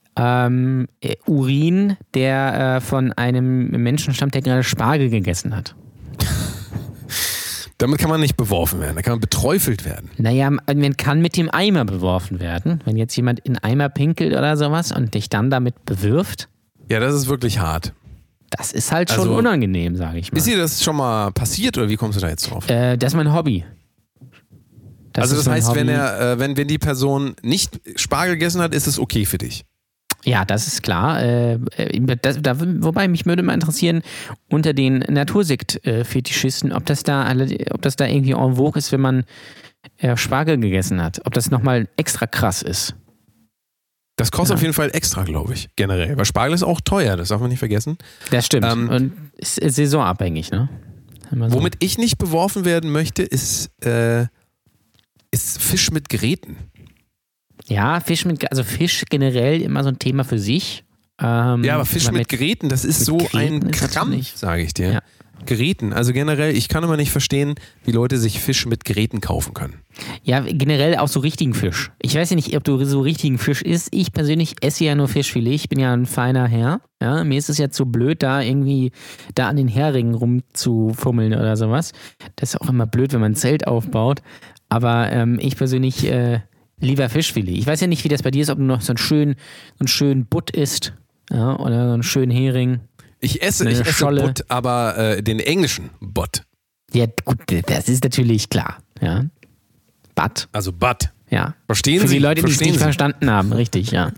Urin, der von einem Menschen stammt, der gerade Spargel gegessen hat. Damit kann man nicht beworfen werden, da kann man beträufelt werden. Naja, man kann mit dem Eimer beworfen werden. Wenn jetzt jemand in Eimer pinkelt oder sowas und dich dann damit bewirft. Ja, das ist wirklich hart. Das ist halt schon unangenehm, sage ich mal. Ist dir das schon mal passiert oder wie kommst du da jetzt drauf? Das ist mein Hobby. Das heißt, wenn die Person nicht Spargel gegessen hat, ist es okay für dich? Ja, das ist klar. Wobei mich würde mal interessieren, unter den Natursekt-Fetischisten, ob das da irgendwie en vogue ist, wenn man Spargel gegessen hat. Ob das nochmal extra krass ist. Das kostet auf jeden Fall extra, glaube ich, generell. Weil Spargel ist auch teuer, das darf man nicht vergessen. Das stimmt. Und ist saisonabhängig, ne? Womit ich nicht beworfen werden möchte, ist Fisch mit Gräten. Ja, Fisch generell immer so ein Thema für sich. Ja, aber Fisch mit Gräten, das ist so ein Krampf, sage ich dir. Ja. Gräten, also generell, ich kann immer nicht verstehen, wie Leute sich Fisch mit Gräten kaufen können. Ja, generell auch so richtigen Fisch. Ich weiß ja nicht, ob du so richtigen Fisch isst. Ich persönlich esse ja nur Fischfilet. Ich bin ja ein feiner Herr. Ja, mir ist es jetzt so blöd, da an den Heringen rumzufummeln oder sowas. Das ist auch immer blöd, wenn man ein Zelt aufbaut. Aber ich persönlich lieber Fischfilet. Ich weiß ja nicht, wie das bei dir ist, ob du noch so einen schönen Butt isst, ja, oder so einen schönen Hering. Ich esse Butt, aber den englischen Butt. Ja, gut, das ist natürlich klar. Ja. Butt. Also Butt. Ja. Verstehen Sie? Für die Leute, die es nicht verstanden haben, richtig, ja.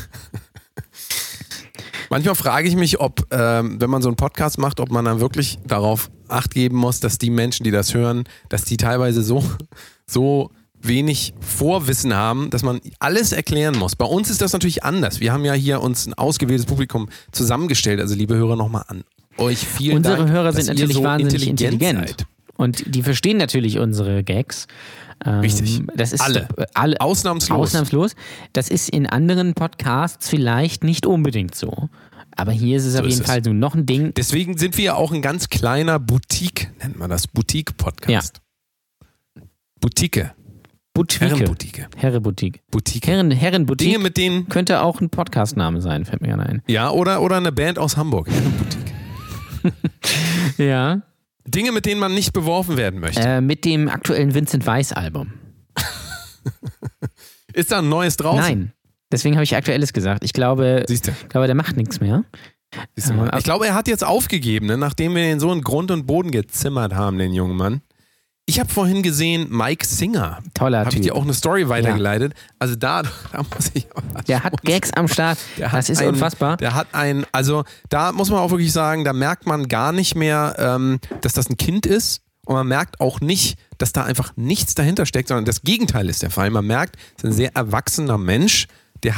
Manchmal frage ich mich, ob, wenn man so einen Podcast macht, ob man dann wirklich darauf Acht geben muss, dass die Menschen, die das hören, dass die teilweise so wenig Vorwissen haben, dass man alles erklären muss. Bei uns ist das natürlich anders. Wir haben ja hier uns ein ausgewähltes Publikum zusammengestellt. Also liebe Hörer, nochmal an euch vielen Dank. Unsere Hörer sind natürlich wahnsinnig intelligent. Seid. Und die verstehen natürlich unsere Gags. Richtig. Das ist alle. Ausnahmslos. Das ist in anderen Podcasts vielleicht nicht unbedingt so. Aber hier ist es auf jeden Fall so noch ein Ding. Deswegen sind wir ja auch ein ganz kleiner Boutique, nennt man das, Boutique-Podcast. Ja. Herrenboutique. Herrenboutique. Dinge, mit denen könnte auch ein Podcastname sein, fällt mir gerade ein. Ja, oder eine Band aus Hamburg. Herrenboutique. Ja. Dinge, mit denen man nicht beworfen werden möchte. Mit dem aktuellen Vincent Weiss-Album. Ist da ein neues draußen? Nein. Deswegen habe ich Aktuelles gesagt. Ich glaube, der macht nichts mehr. Ich glaube, er hat jetzt aufgegeben, ne? Nachdem wir ihn so in Grund und Boden gezimmert haben, den jungen Mann. Ich habe vorhin gesehen, Mike Singer. Toller Typ. Habe ich dir auch eine Story weitergeleitet. Ja. Also da muss ich... Der hat Gags am Start. Das ist unfassbar. Also da muss man auch wirklich sagen, da merkt man gar nicht mehr, dass das ein Kind ist. Und man merkt auch nicht, dass da einfach nichts dahinter steckt, sondern das Gegenteil ist der Fall. Man merkt, es ist ein sehr erwachsener Mensch, der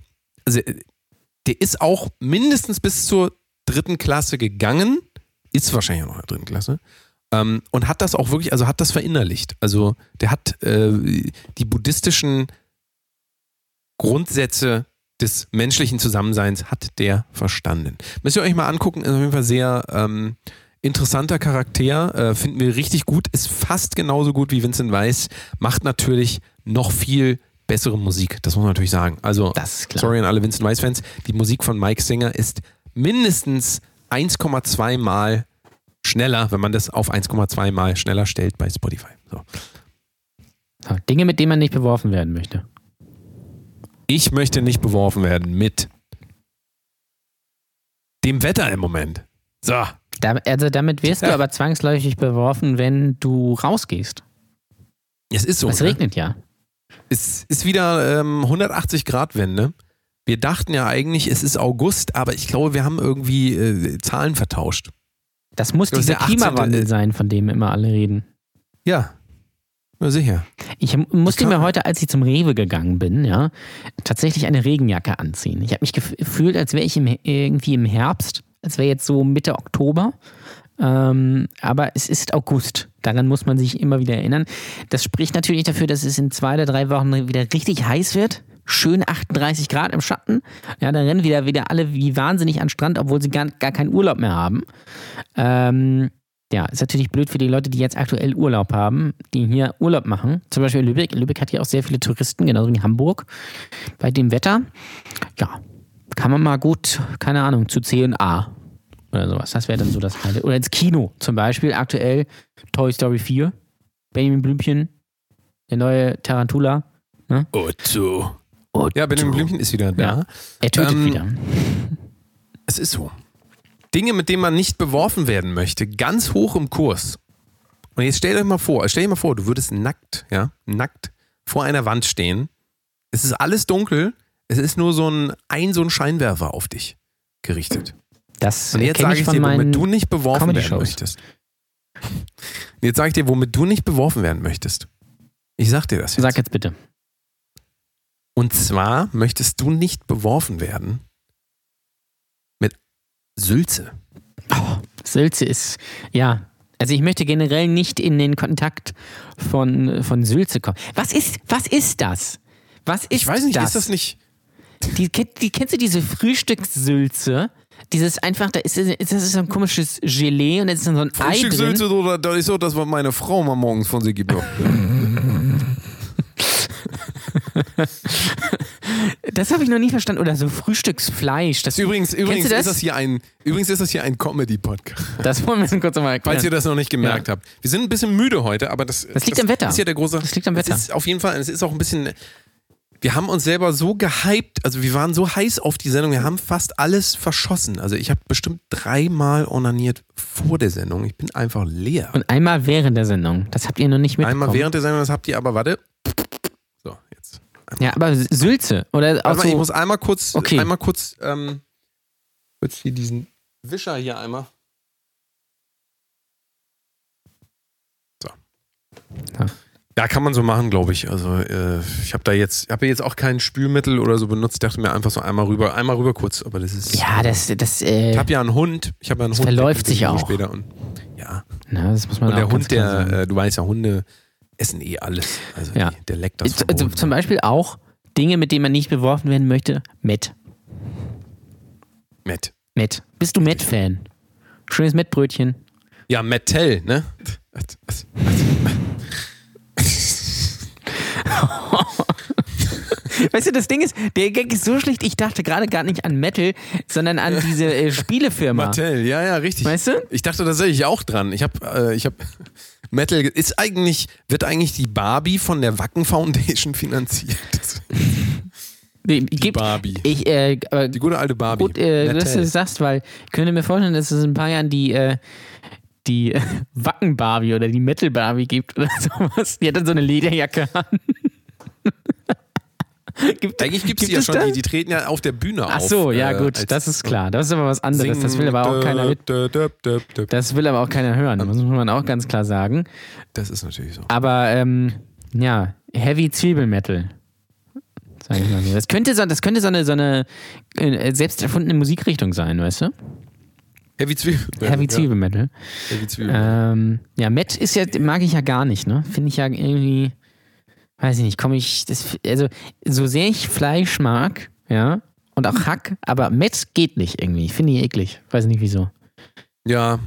ist auch mindestens bis zur 3. Klasse gegangen, ist wahrscheinlich auch noch in der 3. Klasse, und hat das auch wirklich, also hat das verinnerlicht. Also der hat die buddhistischen Grundsätze des menschlichen Zusammenseins hat der verstanden. Müsst ihr euch mal angucken, ist auf jeden Fall sehr interessanter Charakter, finden wir richtig gut, ist fast genauso gut wie Vincent Weiss, macht natürlich noch viel bessere Musik, das muss man natürlich sagen. Also, Das ist klar. sorry an alle Vincent Weiss-Fans, die Musik von Mike Singer ist mindestens 1,2 Mal schneller, wenn man das auf 1,2 Mal schneller stellt bei Spotify. So. So, Dinge, mit denen man nicht beworfen werden möchte. Ich möchte nicht beworfen werden mit dem Wetter im Moment. So. Damit wirst du aber zwangsläufig beworfen, wenn du rausgehst. Es ist so. Es regnet ja. Es ist wieder 180-Grad-Wende. Wir dachten ja eigentlich, es ist August, aber ich glaube, wir haben irgendwie Zahlen vertauscht. Das muss Das ist dieser der 18. Klimawandel sein, von dem immer alle reden. Ja, sicher. Ich musste mir heute, als ich zum Rewe gegangen bin, ja, tatsächlich eine Regenjacke anziehen. Ich habe mich gefühlt, als wäre ich irgendwie im Herbst, als wäre jetzt so Mitte Oktober. Aber es ist August. Daran muss man sich immer wieder erinnern. Das spricht natürlich dafür, dass es in 2 oder 3 Wochen wieder richtig heiß wird. Schön 38 Grad im Schatten. Ja, dann rennen wieder alle wie wahnsinnig an den Strand, obwohl sie gar keinen Urlaub mehr haben. Ja, ist natürlich blöd für die Leute, die jetzt aktuell Urlaub haben, die hier Urlaub machen. Zum Beispiel Lübeck. Lübeck hat ja auch sehr viele Touristen, genauso wie Hamburg. Bei dem Wetter, ja, kann man mal gut, keine Ahnung, zu C&A oder sowas. Das wäre dann so das Highlight. Oder ins Kino zum Beispiel. Aktuell Toy Story 4, Benjamin Blümchen, der neue Tarantula. Ne? Otto. Ja, Benjamin Blümchen ist wieder da. Ja, er tötet wieder. Es ist so. Dinge, mit denen man nicht beworfen werden möchte, ganz hoch im Kurs. Und jetzt stell dir mal vor, du würdest nackt vor einer Wand stehen. Es ist alles dunkel. Es ist nur so ein Scheinwerfer auf dich gerichtet. Das Und jetzt kenn sage ich von dir, meinen womit du nicht beworfen werden Comedy-Shows. möchtest. Jetzt sage ich dir, womit du nicht beworfen werden möchtest. Ich sag dir das jetzt. Sag jetzt bitte. Und zwar möchtest du nicht beworfen werden mit Sülze. Sülze ist, ja, also ich möchte generell nicht in den Kontakt von Sülze kommen. Was ist das? Was ist Ich weiß nicht, das? ist das nicht... Kennst du diese Frühstückssülze? Dieses einfach, das ist so ein komisches Gelee und da ist dann so ein Ei drin. Frühstückssülze, oder das ist so, das, was meine Frau mal morgens von sich gibt. Das habe ich noch nie verstanden. Oder so Frühstücksfleisch. Übrigens Kennst du das? ist das hier ein Comedy-Podcast. Das wollen wir kurz mal erklären. Falls ihr das noch nicht gemerkt habt. Wir sind ein bisschen müde heute, aber das liegt am Wetter. Ist ja der große. Das liegt am Wetter. Es ist auf jeden Fall, es ist auch ein bisschen. Wir haben uns selber so gehypt, also wir waren so heiß auf die Sendung, wir haben fast alles verschossen. Also ich habe bestimmt 3-mal onaniert vor der Sendung. Ich bin einfach leer. Und einmal während der Sendung. Das habt ihr noch nicht mitbekommen. Einmal während der Sendung, das habt ihr, aber warte. So, jetzt. Ja, aber Sülze. Oder auch Warte mal, so, ich muss einmal kurz, Okay. kurz hier diesen Wischer hier einmal. So. Ja. Ja, kann man so machen, glaube ich. Also ich habe jetzt auch kein Spülmittel oder so benutzt. Ich dachte mir einfach so einmal rüber kurz. Aber das ist. ja, das Ich habe ja einen Hund. das verläuft sich auch. Später und, ja. Na, das muss man Und auch der ganz Hund, klar sagen. du weißt ja, Hunde essen eh alles. Also Ja. der leckt das Also verboten. zum Beispiel auch Dinge, mit denen man nicht beworfen werden möchte. Met. Matt. Bist du Met-Fan? Schönes Mettbrötchen. Ja, Mattel, ne? Weißt du, das Ding ist, der Gag ist so schlecht, ich dachte gerade gar nicht an Metal, sondern an diese Spielefirma. Mattel, ja, richtig. Weißt du? Ich dachte tatsächlich auch dran. Ich habe Metal wird eigentlich die Barbie von der Wacken Foundation finanziert? Die Barbie. Die Die gute alte Barbie. Gut, dass du das sagst, weil ich könnte mir vorstellen, dass es in ein paar Jahren die Wacken-Barbie oder die Metal-Barbie gibt oder sowas. Die hat dann so eine Lederjacke an. Eigentlich gibt es die ja es schon, das? die treten ja auf der Bühne auf. Ach so, ja gut, als das ist klar. Das ist aber was anderes. Singen. Das will aber auch keiner mit. Das will aber auch keiner hören. Das muss man auch ganz klar sagen. Das ist natürlich so. Aber ja, Heavy Zwiebelmetal. Sag ich mal so. Das könnte so eine selbst erfundene Musikrichtung sein, weißt du? Heavy Zwiebel. Heavy Zwiebelmetal. Heavy Zwiebel. Ja, Met ist ja, mag ich ja gar nicht, ne? Finde ich ja irgendwie. weiß ich nicht, also so sehr ich Fleisch mag, ja, und auch Hack, aber Mett geht nicht irgendwie. Ich finde die eklig. Weiß nicht wieso. Ja.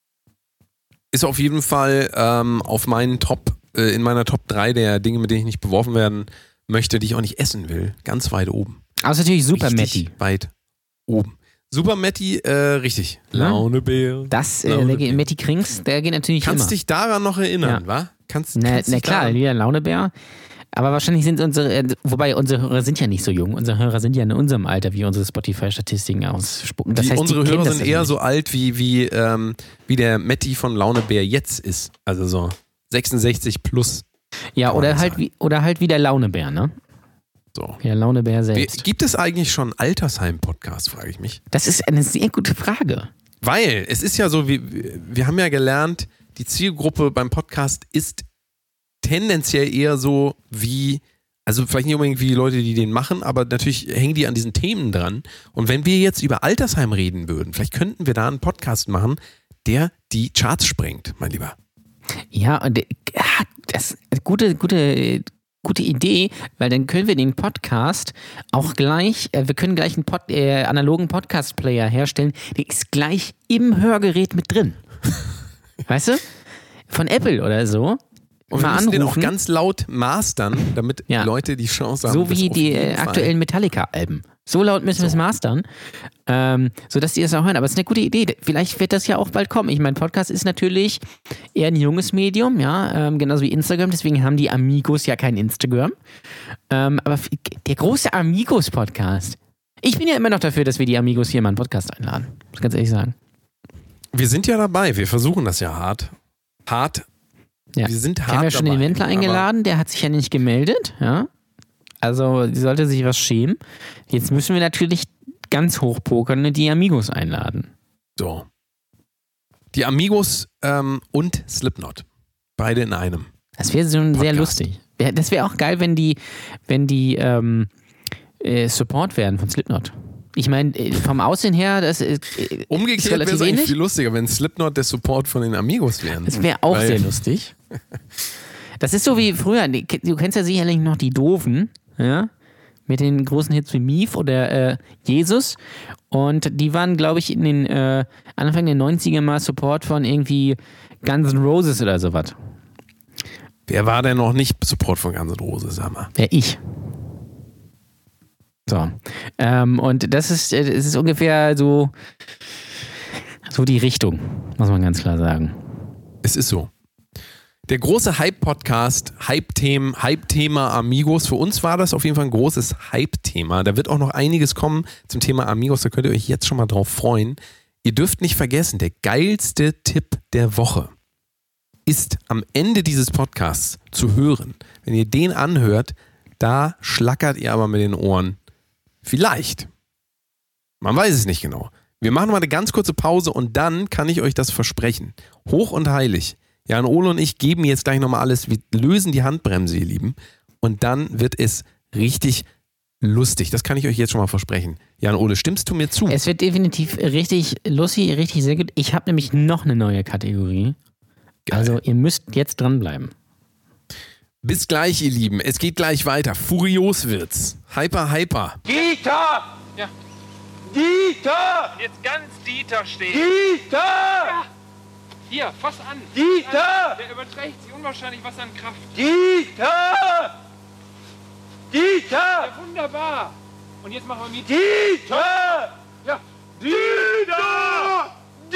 Ist auf jeden Fall auf meinen in meiner Top 3 der Dinge, mit denen ich nicht beworfen werden möchte, die ich auch nicht essen will. Ganz weit oben. Außer natürlich Super Richtig Matti. weit oben. Super Matti, richtig. Ja. Launebär. Das, Launebär. Matti Krings, der geht natürlich Kannst immer. dich daran noch erinnern, Ja. wa? Na klar, wieder Launebär. Aber wahrscheinlich sind wobei unsere Hörer sind ja nicht so jung. Unsere Hörer sind ja in unserem Alter, wie unsere Spotify-Statistiken ausspucken. Das heißt, unsere die kennen Hörer das sind ja eher nicht. so alt, wie der Matti von Launebär jetzt ist. Also so 66 plus. Ja, kann man oder halt wie der Launebär, ne? So. Der Launebär selbst. Gibt es eigentlich schon Altersheim-Podcasts, frage ich mich. Das ist eine sehr gute Frage. Weil es ist ja so, wir haben ja gelernt, die Zielgruppe beim Podcast ist tendenziell eher so wie, also vielleicht nicht unbedingt wie die Leute, die den machen, aber natürlich hängen die an diesen Themen dran. Und wenn wir jetzt über Altersheim reden würden, vielleicht könnten wir da einen Podcast machen, der die Charts sprengt, mein Lieber. Ja, und das ist eine gute Idee, weil dann können wir den Podcast auch gleich, wir können gleich einen analogen Podcast-Player herstellen, der ist gleich im Hörgerät mit drin. Weißt du? Von Apple oder so. Und wir mal müssen den auch anrufen. ganz laut mastern, damit Ja. die Leute die Chance haben. So das wie auf die jeden Fall. aktuellen Metallica-Alben. So laut müssen wir es mastern, sodass die es auch hören. Aber es ist eine gute Idee. Vielleicht wird das ja auch bald kommen. Ich meine, Podcast ist natürlich eher ein junges Medium, ja, genauso wie Instagram. Deswegen haben die Amigos ja kein Instagram. Aber der große Amigos-Podcast. Ich bin ja immer noch dafür, dass wir die Amigos hier mal einen Podcast einladen. Muss ich ganz ehrlich sagen. Wir sind ja dabei, wir versuchen das ja hart. Ja. Wir sind Ich hart habe ja schon dabei, den Wendler aber- eingeladen, der hat sich ja nicht gemeldet, ja. Also, die sollte sich was schämen. Jetzt müssen wir natürlich ganz hoch pokern und die Amigos einladen. So. Die Amigos und Slipknot. Beide in einem. Das wäre schon sehr Podcast. lustig. Das wäre auch geil, wenn die Support werden von Slipknot. Ich meine, vom Aussehen her, das ist Umgekehrt wäre relativ es eigentlich ähnlich. viel lustiger, wenn Slipknot der Support von den Amigos wären. Das wäre auch Weil- sehr lustig. Das ist so wie früher. Du kennst ja sicherlich noch die Doofen, ja? Mit den großen Hits wie Mief oder Jesus. Und die waren, glaube ich, in den Anfang der 90er mal Support von irgendwie Guns N' Roses oder sowas. Wer war denn noch nicht Support von Guns N' Roses, sag mal? Ich. So. Und das ist ungefähr so die Richtung, muss man ganz klar sagen. Es ist so. Der große Hype-Podcast, Hype-Thema Amigos. Für uns war das auf jeden Fall ein großes Hype-Thema. Da wird auch noch einiges kommen zum Thema Amigos. Da könnt ihr euch jetzt schon mal drauf freuen. Ihr dürft nicht vergessen, der geilste Tipp der Woche ist am Ende dieses Podcasts zu hören. Wenn ihr den anhört, da schlackert ihr aber mit den Ohren. Vielleicht. Man weiß es nicht genau. Wir machen mal eine ganz kurze Pause und dann kann ich euch das versprechen. Hoch und heilig. Jan Ole und ich geben jetzt gleich nochmal alles. Wir lösen die Handbremse, ihr Lieben. Und dann wird es richtig lustig. Das kann ich euch jetzt schon mal versprechen. Jan Ole, stimmst du mir zu? Es wird definitiv richtig lustig, richtig sehr gut. Ich habe nämlich noch eine neue Kategorie. Geil. Also ihr müsst jetzt dranbleiben. Bis gleich, ihr Lieben. Es geht gleich weiter. Furios wird's. Hyper. Dieter! Ja. Dieter! Jetzt ganz Dieter stehen. Dieter! Hier, fass an. Dieter! Der überträgt sich unwahrscheinlich was an Kraft. Dieter! Dieter! Ja, wunderbar. Und jetzt machen wir mit. Dieter! Ja. Dieter!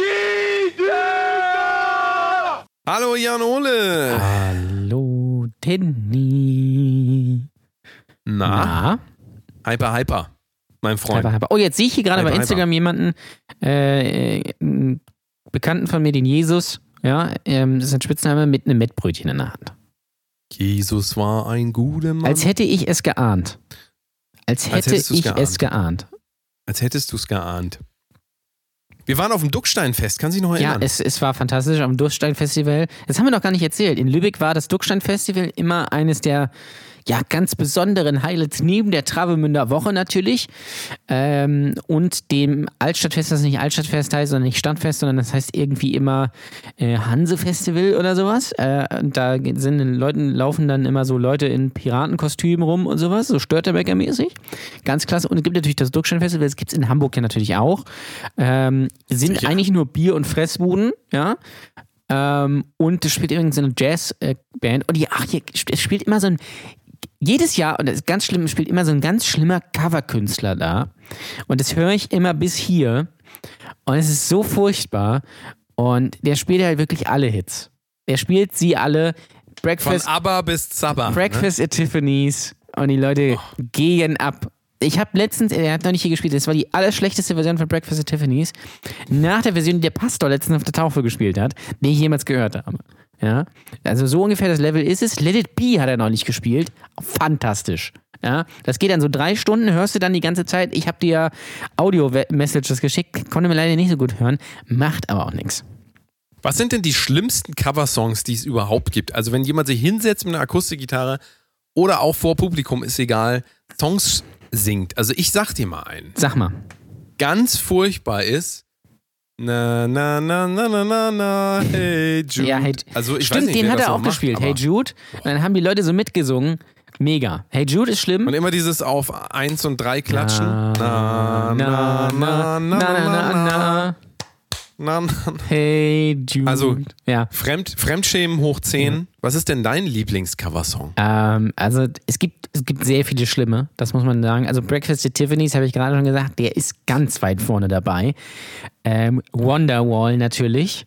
Dieter! Hallo, Jan Ole. Hallo, Tenny. Na? Hyper. Mein Freund. Hyper. Oh, jetzt sehe ich hier gerade bei Hyper. Instagram jemanden, einen Bekannten von mir, den Jesus, ja, das ist ein Spitzname, mit einem Mettbrötchen in der Hand. Jesus war ein guter Mann. Als hätte ich es geahnt. Als hätte hättest du's ich es geahnt. Als hättest du es geahnt. Wir waren auf dem Ducksteinfest, kannst du dich noch Ja, erinnern? es war fantastisch am Duckstein-Festival. Das haben wir noch gar nicht erzählt. In Lübeck war das Duckstein-Festival immer eines der ganz besonderen Highlights neben der Travemünder Woche natürlich und dem Altstadtfest, das nicht Altstadtfest heißt, sondern nicht Stadtfest, sondern das heißt irgendwie immer Hanse-Festival oder sowas. Und da laufen dann immer so Leute in Piratenkostümen rum und sowas, so Störtebecker-mäßig. Ganz klasse. Und es gibt natürlich das Duckstein-Festival, das gibt es in Hamburg ja natürlich auch. Sind eigentlich nur Bier- und Fressbuden, ja. Und es spielt übrigens eine Jazzband. Und es spielt immer so ein, jedes Jahr, und das ist ganz schlimm, spielt immer so ein ganz schlimmer Coverkünstler da. Und das höre ich immer bis hier. Und es ist so furchtbar. Und der spielt halt wirklich alle Hits. Der spielt sie alle. Breakfast, von ABBA bis Zabba. Breakfast at Tiffany's. Und die Leute gehen ab. Ich habe letztens, er hat noch nicht hier gespielt, das war die allerschlechteste Version von Breakfast at Tiffany's. Nach der Version, die der Pastor letztens auf der Taufe gespielt hat, die ich jemals gehört habe. Ja? Also so ungefähr das Level ist es. Let It Be hat er noch nicht gespielt. Fantastisch. Ja? Das geht dann so 3 Stunden, hörst du dann die ganze Zeit. Ich habe dir ja Audio-Messages geschickt, konnte mir leider nicht so gut hören, macht aber auch nichts. Was sind denn die schlimmsten Coversongs, die es überhaupt gibt? Also wenn jemand sich hinsetzt mit einer Akustikgitarre oder auch vor Publikum, ist egal, Songs singt. Also ich sag dir mal einen. Sag mal. Ganz furchtbar ist na na na na na na na hey Jude. Ja, also ich stimmt, weiß nicht, den wer hat das er noch auch macht, gespielt. aber- Hey Jude. Und dann haben die Leute so mitgesungen. Mega. Hey Jude ist schlimm. Und immer dieses auf 1 und 3 klatschen. Na, na, na, na, na, na. Na. Hey Jude. Also, ja. Fremdschämen hoch 10. Was ist denn dein Lieblingscoversong? Also es gibt sehr viele schlimme, das muss man sagen. Also Breakfast at Tiffany's, habe ich gerade schon gesagt, der ist ganz weit vorne dabei. Wonderwall natürlich,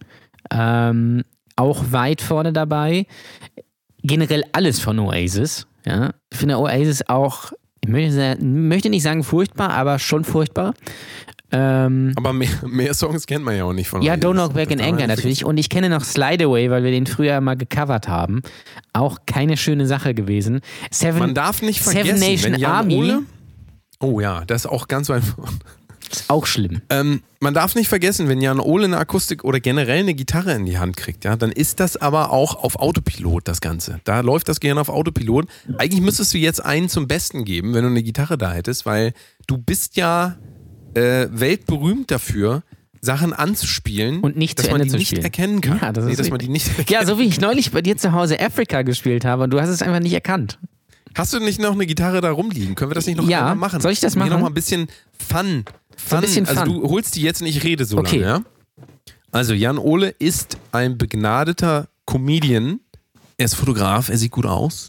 auch weit vorne dabei. Generell alles von Oasis. Ja? Ich finde Oasis auch, ich möchte nicht sagen furchtbar, aber schon furchtbar. Aber mehr Songs kennt man ja auch nicht von Ja, Oasis. Don't Look Back in Anger natürlich. Und ich kenne noch Slide Away, weil wir den früher mal gecovert haben. Auch keine schöne Sache gewesen. Man darf nicht vergessen, Seven Nation wenn Jan Army Ole, oh ja, das ist auch ganz weit vorne. ist auch schlimm. Man darf nicht vergessen, wenn Jan Ole eine Akustik oder generell eine Gitarre in die Hand kriegt, ja, dann ist das aber auch auf Autopilot, das Ganze. Da läuft das gerne auf Autopilot. Eigentlich müsstest du jetzt einen zum Besten geben, wenn du eine Gitarre da hättest, weil du bist ja weltberühmt dafür, Sachen anzuspielen, Und nicht dass zu man Ende die zu nicht spielen. erkennen kann. Ja, das ist dass man die nicht erkennt. Ja, so wie ich neulich bei dir zu Hause Africa gespielt habe und du hast es einfach nicht erkannt. Hast du nicht noch eine Gitarre da rumliegen? Können wir das nicht noch Ja, einmal machen? soll ich das Hier machen? noch mal ein bisschen Fun. ein bisschen Also Fun. du holst die jetzt und ich rede so Okay. lange, ja? Also Jan Ole ist ein begnadeter Comedian. Er ist Fotograf, er sieht gut aus.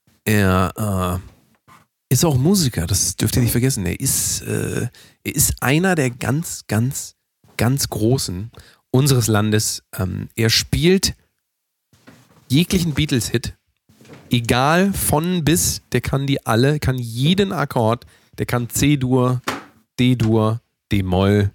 Er ist auch Musiker, das dürft ihr nicht vergessen. Er ist einer der ganz, ganz, ganz Großen unseres Landes. Er spielt jeglichen Beatles-Hit, egal von bis, der kann die alle, kann jeden Akkord, der kann C-Dur, D-Dur, D-Moll,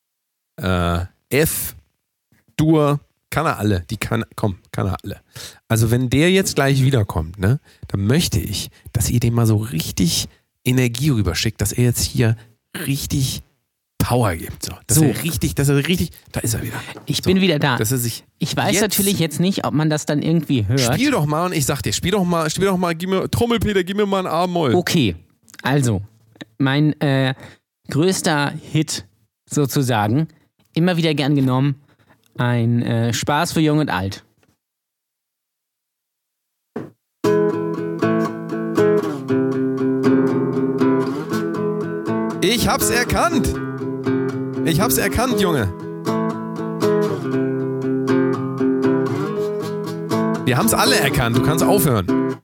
F-Dur, kann er alle. Kann er alle. Also wenn der jetzt gleich wiederkommt, ne, dann möchte ich, dass ihr dem mal so richtig Energie rüberschickt, dass er jetzt hier richtig Power gibt. So. Dass er richtig, da ist er wieder. Ich bin wieder da. Dass er sich Ich weiß jetzt- natürlich jetzt nicht, ob man das dann irgendwie hört. Spiel doch mal und ich sag dir, spiel doch mal, gib mir, Trommelpeter, gib mir mal ein A-Moll. Okay, also, mein größter Hit sozusagen, immer wieder gern genommen, ein Spaß für Jung und Alt. Ich hab's erkannt. Ich hab's erkannt, Junge. Wir haben's alle erkannt. Du kannst aufhören.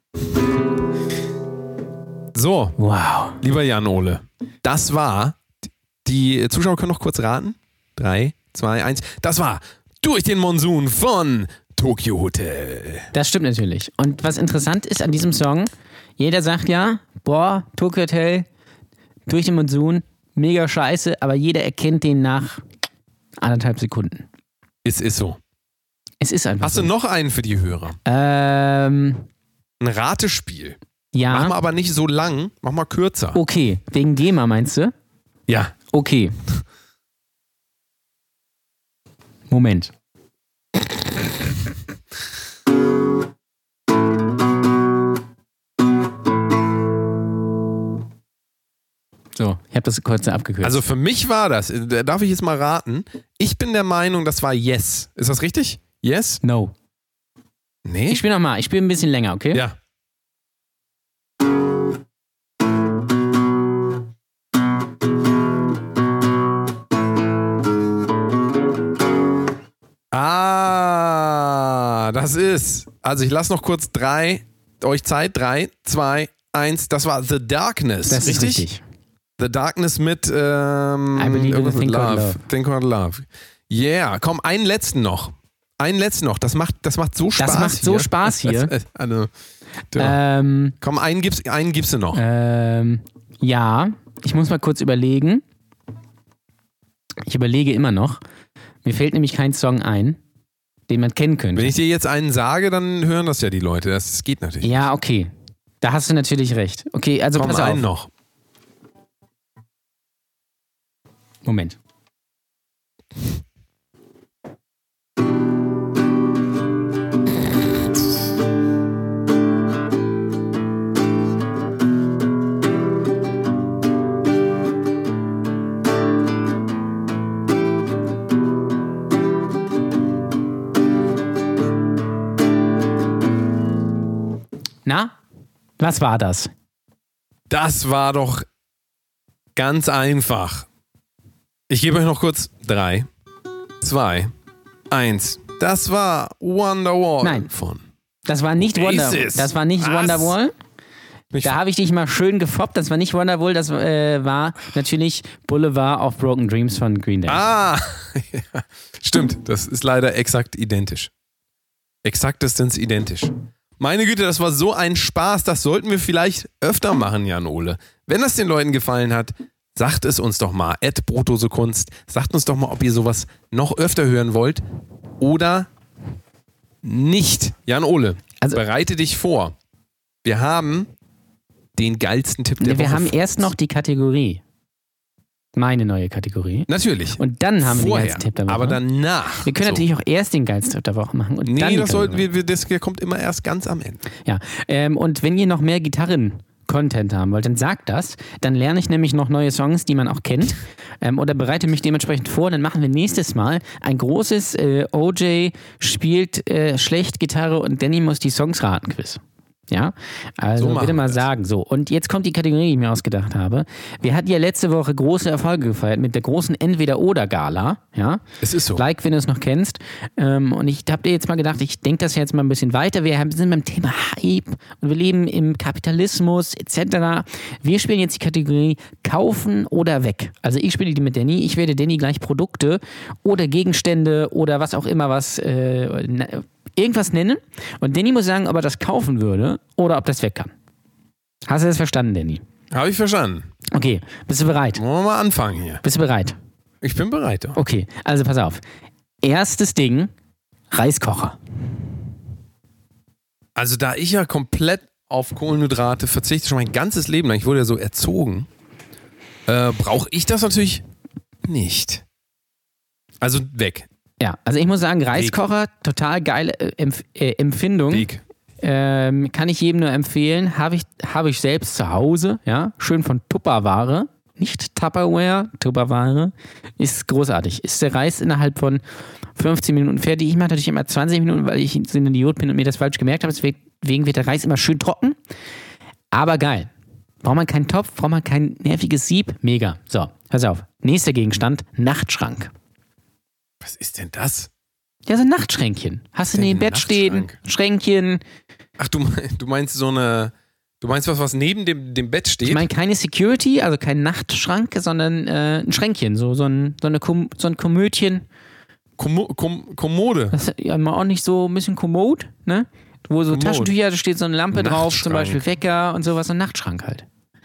So, Wow. lieber Jan Ole, das war, die Zuschauer können noch kurz raten. 3, 2, 1. Das war Durch den Monsun von Tokyo Hotel. Das stimmt natürlich. Und was interessant ist an diesem Song, jeder sagt ja, boah, Tokyo Hotel, durch den Monsun, mega scheiße, aber jeder erkennt den nach 1,5 Sekunden. Es ist so. Es ist einfach Hast so. du noch einen für die Hörer? Ähm, Ein Ratespiel. ja. Mach mal aber nicht so lang, mach mal kürzer. Okay, wegen GEMA meinst du? Ja. Okay. Moment. So, ich habe das kurz abgekürzt. Also für mich war das, darf ich jetzt mal raten, ich bin der Meinung, das war Yes. Ist das richtig? Yes? no. Nee? Ich spiele nochmal, ich spiele ein bisschen länger, okay? Ja. Das ist, also ich lasse noch kurz euch Zeit, 3, 2, 1, das war The Darkness, Das ist richtig. The Darkness mit I believe in irgendwas a mit thing called Love. love. Thing called Love. Yeah, komm, einen letzten noch. Das macht so Spaß. Das macht so Spaß hier. Also, ja. Ähm, Komm, einen gibst du noch. ja, ich muss mal kurz überlegen. Ich überlege immer noch. Mir fällt nämlich kein Song ein, den man kennen könnte. Wenn ich dir jetzt einen sage, dann hören das ja die Leute. Das geht natürlich. Ja, okay. Da hast du natürlich recht. Okay, also Komm, pass auf. einen noch. Moment. Na, was war das? Das war doch ganz einfach. Ich gebe euch noch kurz 3, 2, 1. Das war Wonderwall. Nein. Von. Das war nicht Oasis. Das war nicht Was? Wonderwall. Mich Da habe ich dich mal schön gefoppt. Das war nicht Wonderwall, das war natürlich Boulevard of Broken Dreams von Green Day. ja. Stimmt, das ist leider exakt identisch. Exaktestens identisch. Meine Güte, das war so ein Spaß, das sollten wir vielleicht öfter machen, Jan Ole. Wenn das den Leuten gefallen hat, sagt es uns doch mal. @Brotdose-Kunst. Sagt uns doch mal, ob ihr sowas noch öfter hören wollt oder nicht. Jan Ole, Also- bereite dich vor. Wir haben den geilsten Tipp der Woche. Wir haben für erst uns. noch die Kategorie. Meine neue Kategorie. Natürlich. Und dann haben wir den Vorher, geilsten Tipp der Woche. aber danach. Wir können So. natürlich auch erst den geilsten Tipp der Woche machen. Und dann Nee, die das sollten Kategorie. das kommt immer erst ganz am Ende. Ja, und wenn ihr noch mehr Gitarren-Content haben wollt, dann sagt das. Dann lerne ich nämlich noch neue Songs, die man auch kennt. Oder bereite mich dementsprechend vor. Dann machen wir nächstes Mal ein großes OJ spielt schlecht Gitarre und Danny muss die Songs raten Quiz. Ja, also So machen bitte wir mal das. sagen. So, und jetzt kommt die Kategorie, die ich mir ausgedacht habe. Wir hatten ja letzte Woche große Erfolge gefeiert mit der großen Entweder-Oder-Gala. Ja, Es ist so. Like, wenn du es noch kennst. Und ich habe dir jetzt mal gedacht, ich denke das jetzt mal ein bisschen weiter. Wir sind beim Thema Hype und wir leben im Kapitalismus etc. Wir spielen jetzt die Kategorie Kaufen oder weg. Also ich spiele die mit Danny. Ich werde Danny gleich Produkte oder Gegenstände oder was auch immer irgendwas nennen. Und Danny muss sagen, ob er das kaufen würde oder ob das weg kann. Hast du das verstanden, Danny? Habe ich verstanden. Okay, bist du bereit? Wollen wir mal anfangen hier? Bist du bereit? Ich bin bereit. Doch. Okay, also pass auf. Erstes Ding, Reiskocher. Also da ich ja komplett auf Kohlenhydrate verzichte, schon mein ganzes Leben lang, ich wurde ja so erzogen, brauche ich das natürlich nicht. Also weg. Ja, also ich muss sagen, Reiskocher, total geile Empfindung. Weg. Kann ich jedem nur empfehlen. Habe ich selbst zu Hause, ja, schön von Tupperware. Nicht Tupperware, Tupperware. Ist großartig. Ist der Reis innerhalb von 15 Minuten fertig. Ich mache natürlich immer 20 Minuten, weil ich so ein Idiot bin und mir das falsch gemerkt habe. Deswegen wird der Reis immer schön trocken. Aber geil. Braucht man keinen Topf, braucht man kein nerviges Sieb. Mega. So, pass auf. Nächster Gegenstand, Nachtschrank. Was ist denn das? Ja, so ein Nachtschränkchen. Hast du Denn neben dem ein Bett stehen, Nachtschrank? Schränkchen. Ach, du meinst so eine... Du meinst was neben dem Bett steht? Ich meine keine Security, also kein Nachtschrank, sondern ein Schränkchen, so ein Komödchen. Kommode. Das ist ja mal auch nicht so ein bisschen kommod, ne? Wo so Kommod. Taschentücher, da steht so eine Lampe drauf, zum Nachtschrank. Beispiel Wecker und sowas, so ein Nachtschrank halt.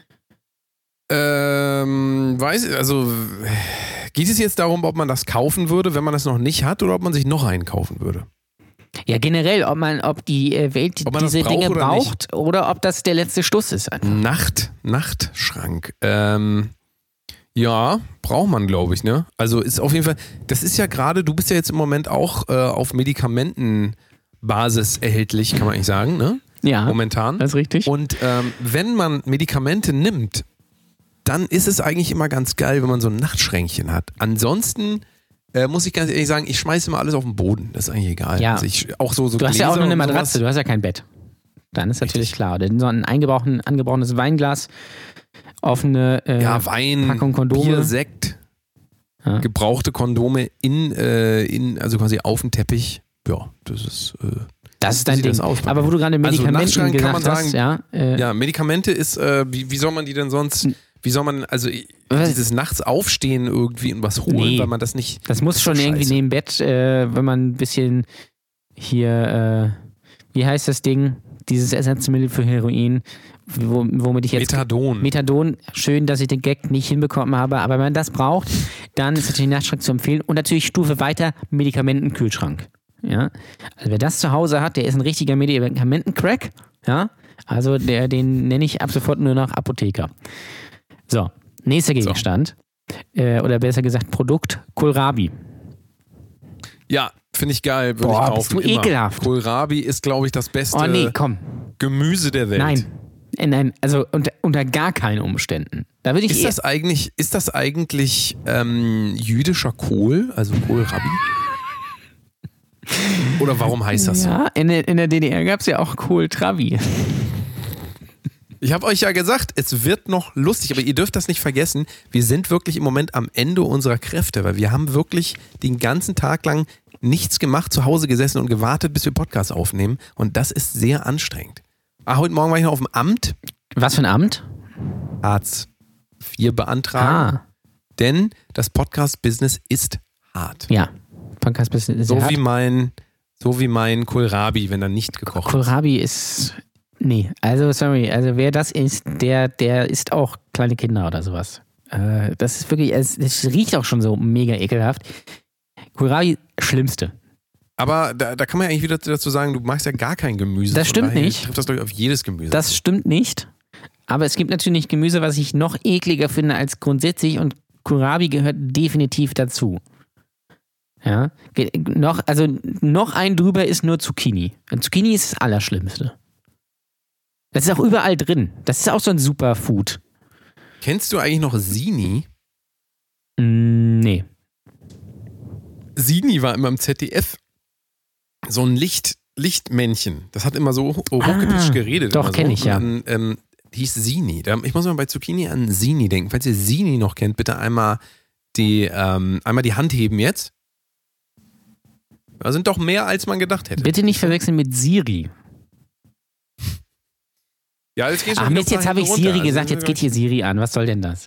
Geht es jetzt darum, ob man das kaufen würde, wenn man das noch nicht hat, oder ob man sich noch einen kaufen würde? Ja, generell, ob die Welt Ob man das diese braucht Dinge oder braucht oder ob das der letzte Stuss ist einfach. Nachtschrank. Ja, braucht man, glaube ich, ne? Also ist auf jeden Fall, das ist ja gerade, du bist ja jetzt im Moment auch auf Medikamentenbasis erhältlich, kann man eigentlich sagen, ne? Ja, Momentan. das ist richtig. Und wenn man Medikamente nimmt, dann ist es eigentlich immer ganz geil, wenn man so ein Nachtschränkchen hat. Ansonsten muss ich ganz ehrlich sagen, ich schmeiße immer alles auf den Boden. Das ist eigentlich egal. Ja. Also ich, auch so Du hast ja auch Gläser nur eine und Matratze, sowas. du hast ja kein Bett. Dann ist natürlich klar. Denn so ein angebrochenes Weinglas, offene Ja, Wein, Packung Kondome. Bier, Sekt, Ja. gebrauchte Kondome also quasi auf dem Teppich. Ja, das ist. Das ist dein sieht Ding. das aus bei Aber mir. wo du gerade Also Medikamenten Nachtschrank kann gesagt man hast, sagen, ja. Ja, Medikamente ist, wie soll man die denn sonst, wie soll man, also Was? dieses nachts aufstehen irgendwie und was holen, Nee. weil man das nicht. Das muss schon ist irgendwie scheiße. neben Bett, wenn man ein bisschen hier, wie heißt das Ding? Dieses Ersatzmittel für Heroin, womit ich jetzt. Methadon. Schön, dass ich den Gag nicht hinbekommen habe, aber wenn man das braucht, dann ist natürlich Nachtschrank zu empfehlen. Und natürlich Stufe weiter, Medikamentenkühlschrank. Ja? Also wer das zu Hause hat, der ist ein richtiger Medikamentencrack. Ja? Also den nenne ich ab sofort nur noch Apotheker. So, nächster Gegenstand. Oder besser gesagt Produkt, Kohlrabi. Ja, finde ich geil. Würde Boah, ich bist kaufen. du immer. ekelhaft. Kohlrabi ist, glaube ich, das beste Oh nee, komm. Gemüse der Welt. Nein. Nein, also unter gar keinen Umständen. Da würde ich Ist das eigentlich jüdischer Kohl, also Kohlrabi? Oder warum heißt das so? Ja, in der DDR gab es ja auch Kohltrabi. Ich habe euch ja gesagt, es wird noch lustig, aber ihr dürft das nicht vergessen. Wir sind wirklich im Moment am Ende unserer Kräfte, weil wir haben wirklich den ganzen Tag lang nichts gemacht, zu Hause gesessen und gewartet, bis wir Podcasts aufnehmen. Und das ist sehr anstrengend. Heute Morgen war ich noch auf dem Amt, Was für ein Amt? Hartz IV beantragen, denn das Podcast-Business ist hart. Ja. Podcast-Business ist So hart. wie mein Kohlrabi, wenn er nicht gekocht ist. Kohlrabi ist. Nee, also sorry, also wer das ist, der isst auch kleine Kinder oder sowas. Das ist wirklich, es riecht auch schon so mega ekelhaft. Kohlrabi, schlimmste. Aber da kann man ja eigentlich wieder dazu sagen, du magst ja gar kein Gemüse. Das Von stimmt daher nicht. trifft das, glaube ich, auf jedes Gemüse. Das stimmt nicht. Aber es gibt natürlich Gemüse, was ich noch ekliger finde als grundsätzlich und Kohlrabi gehört definitiv dazu. Ja. Noch ein drüber ist nur Zucchini. Und Zucchini ist das Allerschlimmste. Das ist auch überall drin. Das ist auch so ein Superfood. Kennst du eigentlich noch Sini? Nee. Sini war immer im ZDF so ein Lichtmännchen. Das hat immer so hochgepitcht geredet. doch, immer so. kenn ich, ja. Und dann, hieß Sini. Ich muss mal bei Zucchini an Sini denken. Falls ihr Sini noch kennt, bitte einmal die Hand heben jetzt. Da sind doch mehr, als man gedacht hätte. Bitte nicht verwechseln mit Siri. Ja, jetzt geht's schon Ach wieder Mist, jetzt ein paar habe ich Hände Siri runter. gesagt, Also, jetzt geht hier Siri an. Was soll denn das?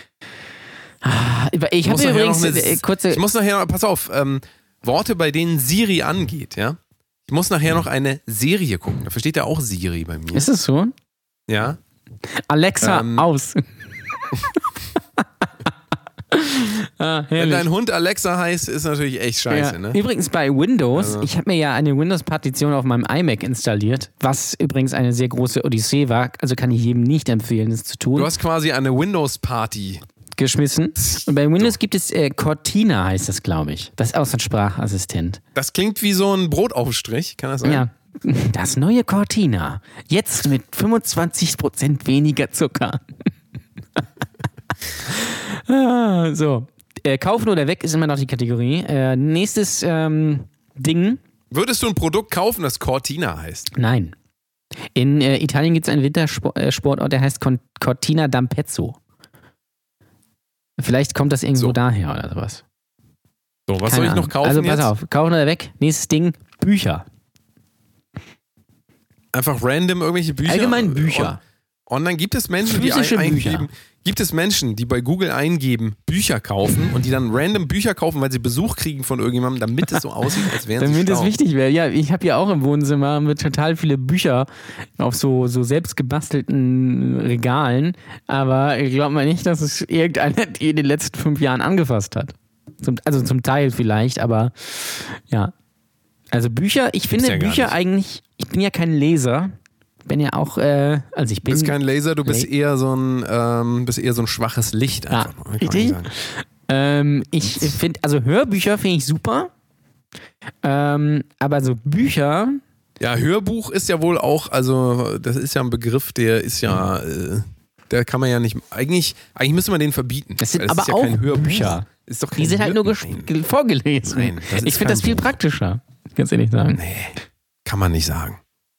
Ich muss habe nachher übrigens noch eine- kurze... Ich muss nachher noch, pass auf, Worte, bei denen Siri angeht, ja. Ich muss nachher noch eine Serie gucken. Da versteht ja auch Siri bei mir. Ist es so? Ja. Alexa, aus. Wenn herrlich. dein Hund Alexa heißt, ist natürlich echt scheiße, Ja. ne? Übrigens bei Windows, Also. ich habe mir ja eine Windows-Partition auf meinem iMac installiert, was übrigens eine sehr große Odyssee war, also kann ich jedem nicht empfehlen, das zu tun. Du hast quasi eine Windows-Party. Geschmissen. Und bei Windows gibt es Cortina, heißt das, glaube ich. Das ist auch so ein Sprachassistent. Das klingt wie so ein Brotaufstrich, kann das sein? Ja. Das neue Cortina. Jetzt mit 25% weniger Zucker. So. Kaufen oder weg ist immer noch die Kategorie. Nächstes Ding. Würdest du ein Produkt kaufen, das Cortina heißt? Nein. In Italien gibt es einen Wintersportort, der heißt Cortina d'Ampezzo. Vielleicht kommt das irgendwo So. daher oder sowas. So, was Keine soll ich Ahnung. noch kaufen Also jetzt? pass auf, kaufen oder weg. Nächstes Ding, Bücher. Einfach random irgendwelche Bücher? Allgemein Bücher. Und dann gibt es Menschen, die Physische eingeben, Bücher. gibt es Menschen, die bei Google eingeben, Bücher kaufen und die dann random Bücher kaufen, weil sie Besuch kriegen von irgendjemandem, damit es so aussieht, als wären sie Damit es schlau. wichtig wäre. Ja, ich habe ja auch im Wohnzimmer mit total viele Bücher auf so selbst gebastelten Regalen, aber ich glaube mal nicht, dass es irgendeiner die in den letzten 5 Jahren angefasst hat. Also zum Teil vielleicht, aber ja. Also Bücher, ich finde ja gar Bücher nicht. eigentlich, ich bin ja kein Leser, bin ja auch, also ich Du bist bin... kein Laser, du bist eher so ein schwaches Licht. Einfach nur, kann man richtig. sagen. Ich finde, also Hörbücher finde ich super, aber so Bücher... Ja, Hörbuch ist ja wohl auch, also das ist ja ein Begriff, der ist ja Da kann man ja nicht, eigentlich müsste man den verbieten. Das sind weil aber ist ja auch kein Hörbuch. Bücher. Ist doch kein Die sind halt nur Hörbuch. vorgelesen. Nein, das ist ich finde kein das viel Buch. praktischer. Ganz ehrlich sagen. Nee, kann man nicht sagen.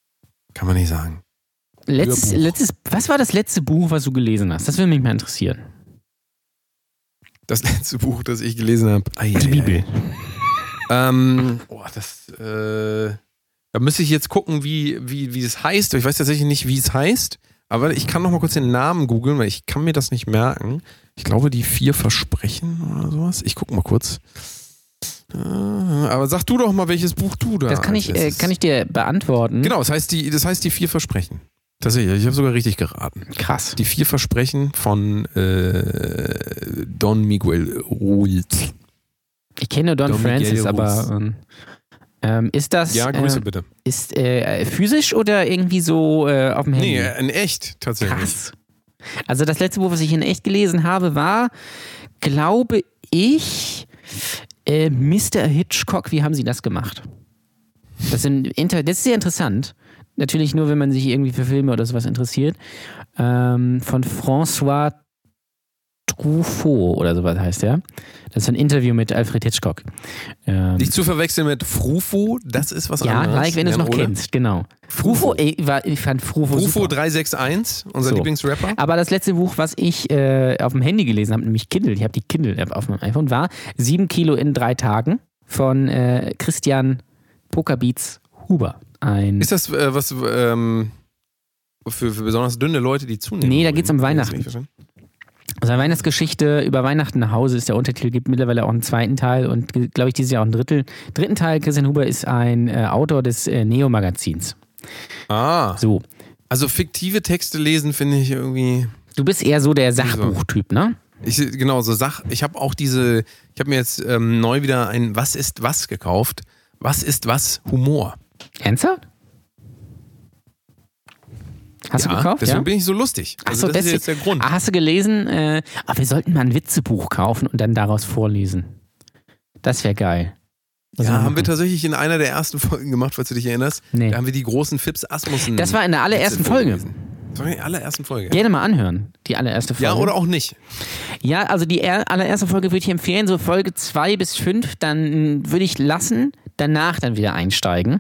Was war das letzte Buch, was du gelesen hast? Das würde mich mal interessieren. Das letzte Buch, das ich gelesen habe. Die Bibel. Da müsste ich jetzt gucken, wie es heißt. Ich weiß tatsächlich nicht, wie es heißt. Aber ich kann noch mal kurz den Namen googeln, weil ich kann mir das nicht merken. Ich glaube, die 4 Versprechen oder sowas. Ich gucke mal kurz. Aber sag du doch mal, welches Buch du da Das kann ich dir beantworten. Genau, das heißt die 4 Versprechen. Tatsächlich, ich habe sogar richtig geraten. Krass. Die 4 Versprechen von Don Miguel Ruiz. Ich kenne Don Francis, Miguel aber ist das Ja, Grüße bitte. ist physisch oder irgendwie so auf dem Handy? Nee, in echt tatsächlich. Krass. Also das letzte Buch, was ich in echt gelesen habe, war, glaube ich, Mr. Hitchcock. Wie haben sie das gemacht? Das ist sehr interessant. Natürlich nur, wenn man sich irgendwie für Filme oder sowas interessiert. Von François Truffaut oder sowas heißt der. Das ist ein Interview mit Alfred Hitchcock. Nicht zu verwechseln mit Frufo, das ist was ja, anderes. like, wenn du es noch kennst, genau. Frufo, ich fand Frufo Frufo super. 361, unser So. Lieblingsrapper. Aber das letzte Buch, was ich auf dem Handy gelesen habe, nämlich Kindle, ich habe die Kindle-App auf meinem iPhone, war 7 Kilo in 3 Tagen von Christian Pokerbeats Huber. Ist das was für besonders dünne Leute, die zunehmen? Nee, da geht's um Hab ich Weihnachten. nicht verstanden? Also Weihnachtsgeschichte über Weihnachten nach Hause ist der Untertitel, gibt mittlerweile auch einen zweiten Teil und glaube ich dieses Jahr auch einen dritten Teil. Christian Huber ist ein Autor des Neo-Magazins. Ah, So, also fiktive Texte lesen finde ich irgendwie... du bist eher so der Sachbuchtyp, ne? Ich habe auch ich habe mir jetzt neu wieder ein Was ist was gekauft. Was ist was? Humor. Ernsthaft? Hast du gekauft? Deswegen Ja? bin ich so lustig. Also Achso, das ist jetzt der Grund. Hast du gelesen? Wir sollten mal ein Witzebuch kaufen und dann daraus vorlesen. Das wäre geil. Das Ja, haben wir machen. tatsächlich in einer der ersten Folgen gemacht, falls du dich erinnerst. Nee. Da haben wir die großen Fips Asmussen. Das war in der allerersten Witze Folge. vorgelesen. Das war in der allerersten Folge. Gerne mal anhören, die allererste Folge. Ja, oder auch nicht. Ja, also die allererste Folge würde ich empfehlen, so Folge 2 bis 5, dann würde ich lassen, danach dann wieder einsteigen.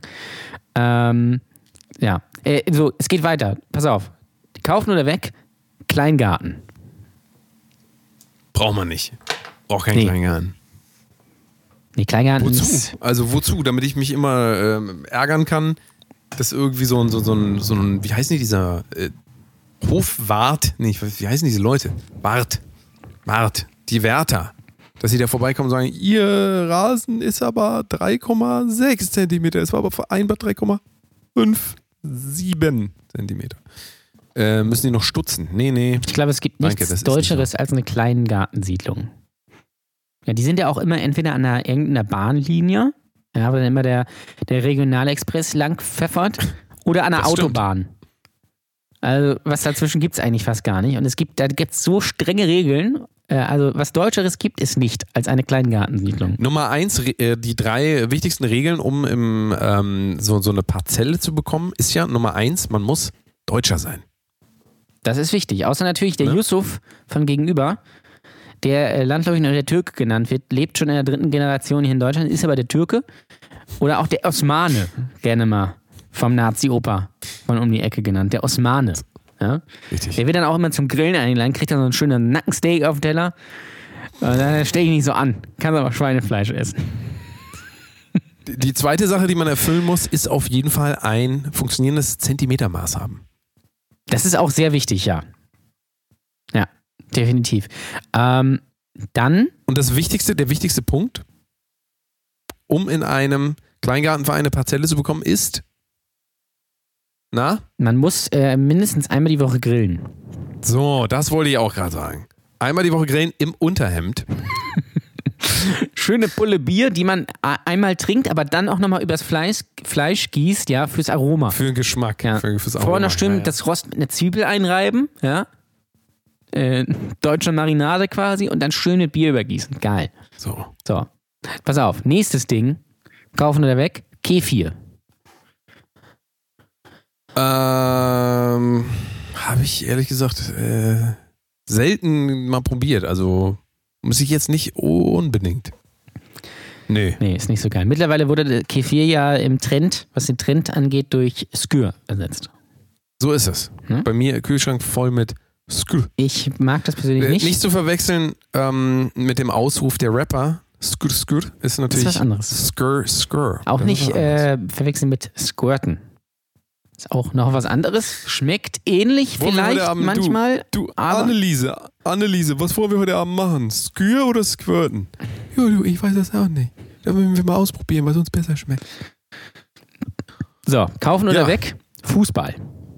Ja, so, es geht weiter. Pass auf. Kaufen oder weg? Kleingarten. Braucht man nicht. Braucht keinen Nee. Kleingarten. Nee, Kleingarten Wozu? ist... Also wozu? Damit ich mich immer ärgern kann, dass irgendwie so ein wie heißen die, dieser Hofwart, nee, wie heißen diese Leute? Wart, die Wärter. Dass sie da vorbeikommen und sagen, ihr Rasen ist aber 3,6 Zentimeter. Es war aber vereinbart 3,57 Zentimeter. Müssen die noch stutzen? Nee. Ich glaube, es gibt Danke, nichts das ist Deutscheres als eine Kleingartensiedlung. Ja, die sind ja auch immer entweder an irgendeiner Bahnlinie, ja, wo dann immer der Regionalexpress lang pfeffert, oder an einer Das stimmt. Autobahn. Also, was dazwischen gibt es eigentlich fast gar nicht. Und da gibt es so strenge Regeln. Also, was Deutscheres gibt es nicht als eine Kleingartensiedlung. Nummer 1, die 3 wichtigsten Regeln, um so eine Parzelle zu bekommen, ist ja Nummer 1, man muss Deutscher sein. Das ist wichtig. Außer natürlich der Ne? Yusuf von gegenüber, der landläufig noch der Türke genannt wird, lebt schon in der 3. Generation hier in Deutschland, ist aber der Türke. Oder auch der Osmane, gerne mal vom Nazi-Opa von um die Ecke genannt. Der Osmane. Ja? Richtig. Der wird dann auch immer zum Grillen eingeladen, kriegt dann so einen schönen Nackensteak auf den Teller. Und dann stell ich nicht so an. Kannst aber Schweinefleisch essen. Die zweite Sache, die man erfüllen muss, ist auf jeden Fall ein funktionierendes Zentimetermaß haben. Das ist auch sehr wichtig, ja. Ja, definitiv. Dann, Und der wichtigste Punkt, um in einem Kleingartenverein eine Parzelle zu bekommen, ist, man muss mindestens einmal die Woche grillen. So, das wollte ich auch gerade sagen. Einmal die Woche grillen im Unterhemd. Schöne Pulle Bier, die man einmal trinkt, aber dann auch nochmal übers Fleisch gießt, ja, fürs Aroma. Für den Geschmack. Ja. Fürs Aroma. Vorher noch schön Ja. das Rost mit einer Zwiebel einreiben, ja. Deutsche Marinade quasi und dann schön mit Bier übergießen. Geil. So. So. Pass auf, nächstes Ding. Kaufen oder weg? Kefir. Habe ich ehrlich gesagt selten mal probiert. Also muss ich jetzt nicht unbedingt. Nee. Nee, ist nicht so geil. Mittlerweile wurde Kefir ja im Trend, was den Trend angeht, durch Skür ersetzt. So ist es. Hm? Bei mir Kühlschrank voll mit Skür. Ich mag das persönlich nicht. Nicht zu verwechseln mit dem Ausruf der Rapper. Skür, Skür ist natürlich was anderes. Skür, Skür. Auch Das nicht ist was anderes. verwechseln mit Squirten. Ist auch noch was anderes. Schmeckt ähnlich Wollen wir heute vielleicht Abend, manchmal. Du, aber Anneliese, was wollen wir heute Abend machen? Skür oder Squirten? Ja, du, ich weiß das auch nicht. Da müssen wir mal ausprobieren, was uns besser schmeckt. so, kaufen oder Ja. weg? Fußball.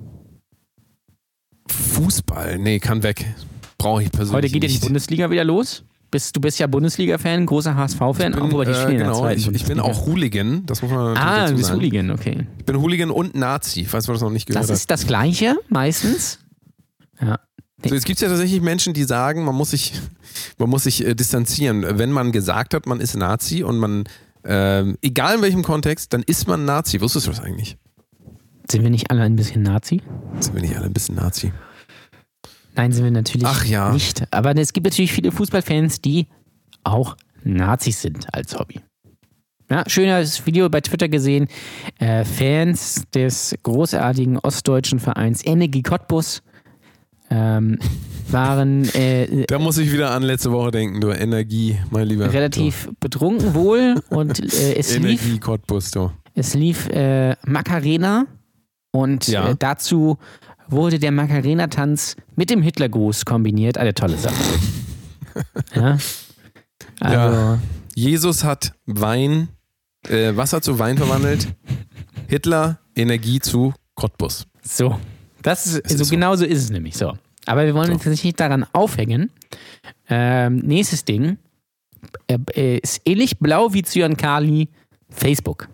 Fußball? Nee, kann weg. Brauche ich persönlich Heute geht ja die nicht. Bundesliga wieder los. Du bist ja Bundesliga-Fan, großer HSV-Fan, auch aber die spielen in der genau, zweiten ich bin Bundesliga. auch Hooligan, das muss man natürlich du dazu bist sagen. Hooligan, okay. Ich bin Hooligan und Nazi, falls man das noch nicht gehört Das hat. ist das Gleiche, meistens. Ja. So, jetzt gibt es ja tatsächlich Menschen, die sagen, man muss sich distanzieren. Wenn man gesagt hat, man ist Nazi und man, egal in welchem Kontext, dann ist man Nazi. Wusstest du das eigentlich? Sind wir nicht alle ein bisschen Nazi? Sind wir nicht alle ein bisschen Nazi? Nein, sind wir natürlich Ach ja. nicht. Aber es gibt natürlich viele Fußballfans, die auch Nazis sind als Hobby. Ja, schönes Video bei Twitter gesehen. Fans des großartigen ostdeutschen Vereins Energie Cottbus waren Da muss ich wieder an letzte Woche denken, du Energie, mein Lieber. relativ betrunken wohl und es Energie lief, Cottbus, du. Macarena und Ja. dazu wurde der Macarena-Tanz mit dem Hitlergruß kombiniert. Eine tolle Sache. Ja. Also, Ja. Jesus hat Wasser zu Wein verwandelt. Hitler Energie zu Cottbus. so. Das ist, ist so so. genau so ist es nämlich so. Aber wir wollen uns jetzt nicht daran aufhängen. Nächstes Ding. Ist ähnlich blau wie Zyankali. Facebook.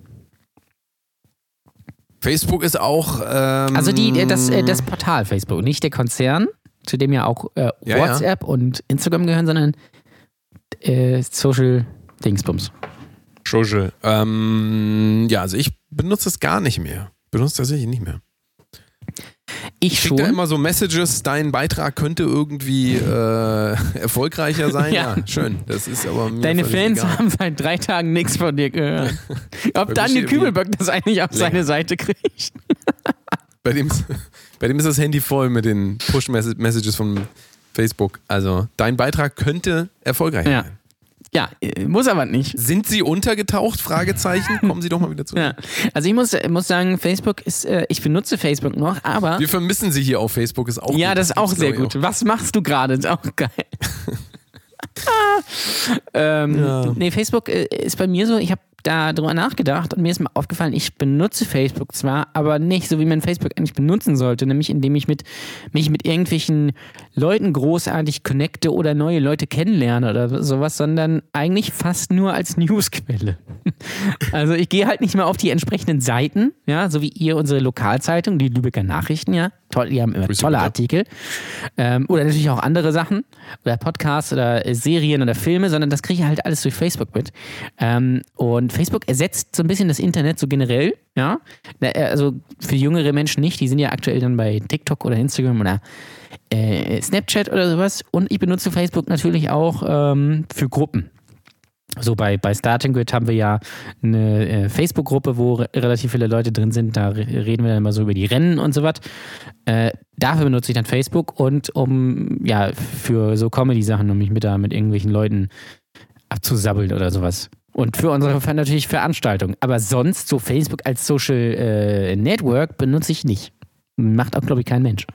Facebook ist auch. Also das Portal Facebook, nicht der Konzern, zu dem ja auch Ja, WhatsApp und Instagram gehören, sondern Social Dingsbums. Social. Ja, also ich benutze es gar nicht mehr. Benutze tatsächlich nicht mehr. Ich Ich krieg da schon. immer so Messages, dein Beitrag könnte irgendwie erfolgreicher sein. Ja. Ja, schön. Das ist aber mir Deine völlig Fans egal. haben seit 3 Tagen nichts von dir gehört. Ob Daniel steht Kübelböck das eigentlich auf länger. seine Seite kriegt? Bei dem ist das Handy voll mit den Push-Messages von Facebook. Also, dein Beitrag könnte erfolgreicher Ja. sein. Ja, muss aber nicht. Sind Sie untergetaucht? Fragezeichen. Kommen Sie doch mal wieder zurück. Ja. Also ich muss sagen, Facebook ist, ich benutze Facebook noch, aber Wir vermissen Sie hier auf Facebook. Ist auch ja, gut. das ist auch Gibt's, sehr glaub ich, gut. Was machst du gerade? Ist auch geil. Nee, Facebook ist bei mir so, ich habe da drüber nachgedacht und mir ist mal aufgefallen, ich benutze Facebook zwar, aber nicht so, wie man Facebook eigentlich benutzen sollte, nämlich indem ich mich mit irgendwelchen Leuten großartig connecte oder neue Leute kennenlerne oder sowas, sondern eigentlich fast nur als Newsquelle. Also ich gehe halt nicht mal auf die entsprechenden Seiten, ja, so wie ihr unsere Lokalzeitung, die Lübecker Nachrichten, ja, toll, die haben immer Grüße tolle bitte. Artikel oder natürlich auch andere Sachen oder Podcasts oder Serien oder Filme, sondern das kriege ich halt alles durch Facebook mit. Und Facebook ersetzt so ein bisschen das Internet so generell, ja, also für jüngere Menschen nicht, die sind ja aktuell dann bei TikTok oder Instagram oder Snapchat oder sowas und ich benutze Facebook natürlich auch für Gruppen. So bei Starting Grid haben wir ja eine Facebook-Gruppe, wo relativ viele Leute drin sind. Da reden wir dann mal so über die Rennen und so was. Dafür benutze ich dann Facebook und für so Comedy-Sachen, um mich mit irgendwelchen Leuten abzusabbeln oder sowas. Und für unsere natürlich Veranstaltungen. Aber sonst so Facebook als Social Network benutze ich nicht. Macht auch, glaube ich, kein Mensch.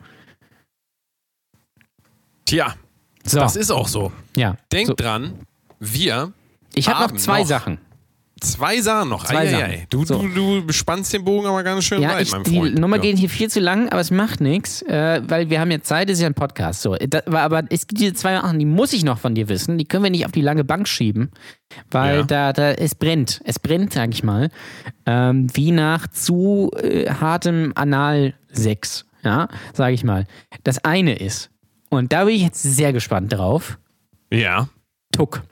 Tja, So, das ist auch so. ja. Denkt So, dran, wir ich habe noch haben 2 noch Sachen. 2 Sachen noch. Zwei Sachen. Eieiei. Du So. spannst den Bogen aber ganz schön Ja, weit, mein die Freund. Nummer Ja. geht hier viel zu lang, aber es macht nichts, weil wir haben ja Zeit, es ist ja ein Podcast. So, aber es gibt diese 2 Sachen, die muss ich noch von dir wissen, die können wir nicht auf die lange Bank schieben, weil es brennt. Es brennt, sag ich mal, wie nach zu hartem Analsex, ja, sag ich mal. Das eine ist, und da bin ich jetzt sehr gespannt drauf, Ja. Tuck.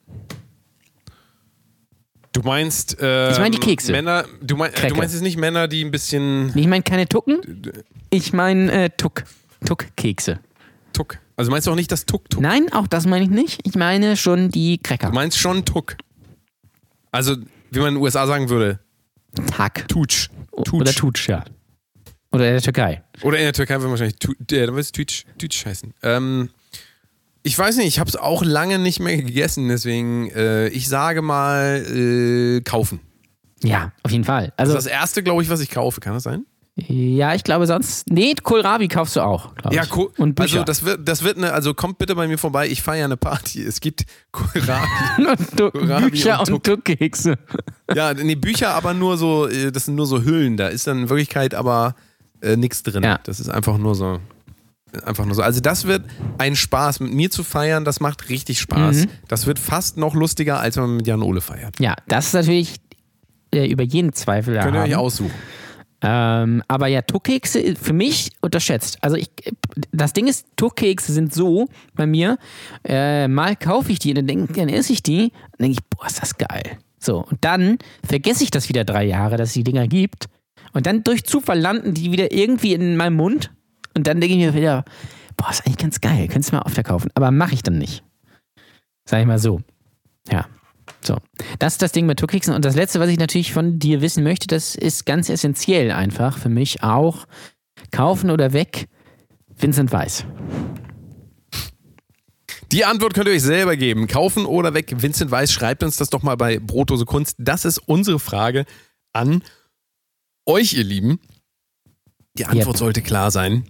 Du meinst Ich meine die Kekse. Männer, du meinst Cracker. jetzt nicht Männer, die ein bisschen Ich meine keine Tucken, ich meine Tuck. Tuck-Kekse. Tuck. Also meinst du auch nicht das Tuck-Tuck? Nein, auch das meine ich nicht. Ich meine schon die Cracker. Du meinst schon Tuck. Also, wie man in den USA sagen würde, Tack. Tutsch. Oder Tutsch, ja. Oder in der Türkei. Oder in der Türkei würde wahrscheinlich dann wird es Tutsch heißen. Ich weiß nicht, ich habe es auch lange nicht mehr gegessen, deswegen ich sage mal kaufen. Ja, auf jeden Fall. Also, Das ist das erste, glaube ich, was ich kaufe. Kann das sein? ja, ich glaube sonst. Nee, Kohlrabi kaufst du auch, glaube ich. Ja, cool. Und Bücher. Also das wird eine, also kommt bitte bei mir vorbei, ich feiere eine Party. Es gibt Kohlrabi. Kohlrabi Bücher und und Tuck-Kekse. Ja, nee, Bücher aber nur so, das sind nur so Hüllen. Da ist dann in Wirklichkeit aber nichts drin. Ja. Das ist einfach nur so. Also das wird ein Spaß. Mit mir zu feiern, das macht richtig Spaß. Das wird fast noch lustiger, als wenn man mit Jan Ole feiert. Ja, das ist natürlich über jeden Zweifel Könnt ihr euch erhaben. aussuchen. Aber ja, Tuck-Kekse für mich unterschätzt. Also das Ding ist, Tuck-Kekse sind so bei mir, mal kaufe ich die und dann esse ich die und denke ich, boah, ist das geil. So, und dann vergesse ich das wieder 3 Jahre, dass es die Dinger gibt. Und dann durch Zufall landen die wieder irgendwie in meinem Mund. Und dann denke ich mir wieder, boah, ist eigentlich ganz geil, könntest du mal öfter kaufen. Aber mache ich dann nicht. Sag ich mal so. Ja. So. Das ist das Ding mit Tuck-Keksen. Und das Letzte, was ich natürlich von dir wissen möchte, das ist ganz essentiell einfach für mich auch. Kaufen oder weg, Vincent Weiss. Die Antwort könnt ihr euch selber geben. Kaufen oder weg, Vincent Weiss. Schreibt uns das doch mal bei Brotdose Kunst. Das ist unsere Frage an euch, ihr Lieben. Die Antwort sollte klar sein.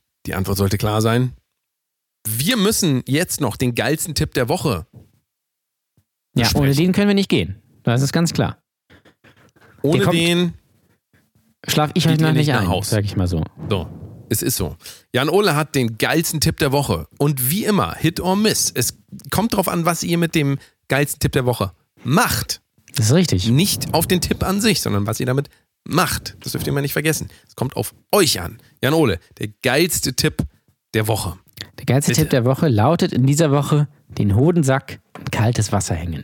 Wir müssen jetzt noch den geilsten Tipp der Woche Ja, besprechen. ohne den können wir nicht gehen. Das ist ganz klar. Ohne kommt- den, Schlaf ich Geht heute ihr noch nicht nicht nach ein, Haus. sag ich mal so. so, es ist so. Jan Ole hat den geilsten Tipp der Woche. Und wie immer, Hit or Miss. Es kommt drauf an, was ihr mit dem geilsten Tipp der Woche macht. Das ist richtig. Nicht auf den Tipp an sich, sondern was ihr damit macht. Das dürft ihr mal nicht vergessen. Es kommt auf euch an. Jan Ole, der geilste Tipp der Woche. Der geilste Bitte. Tipp der Woche lautet in dieser Woche den Hodensack in kaltes Wasser hängen.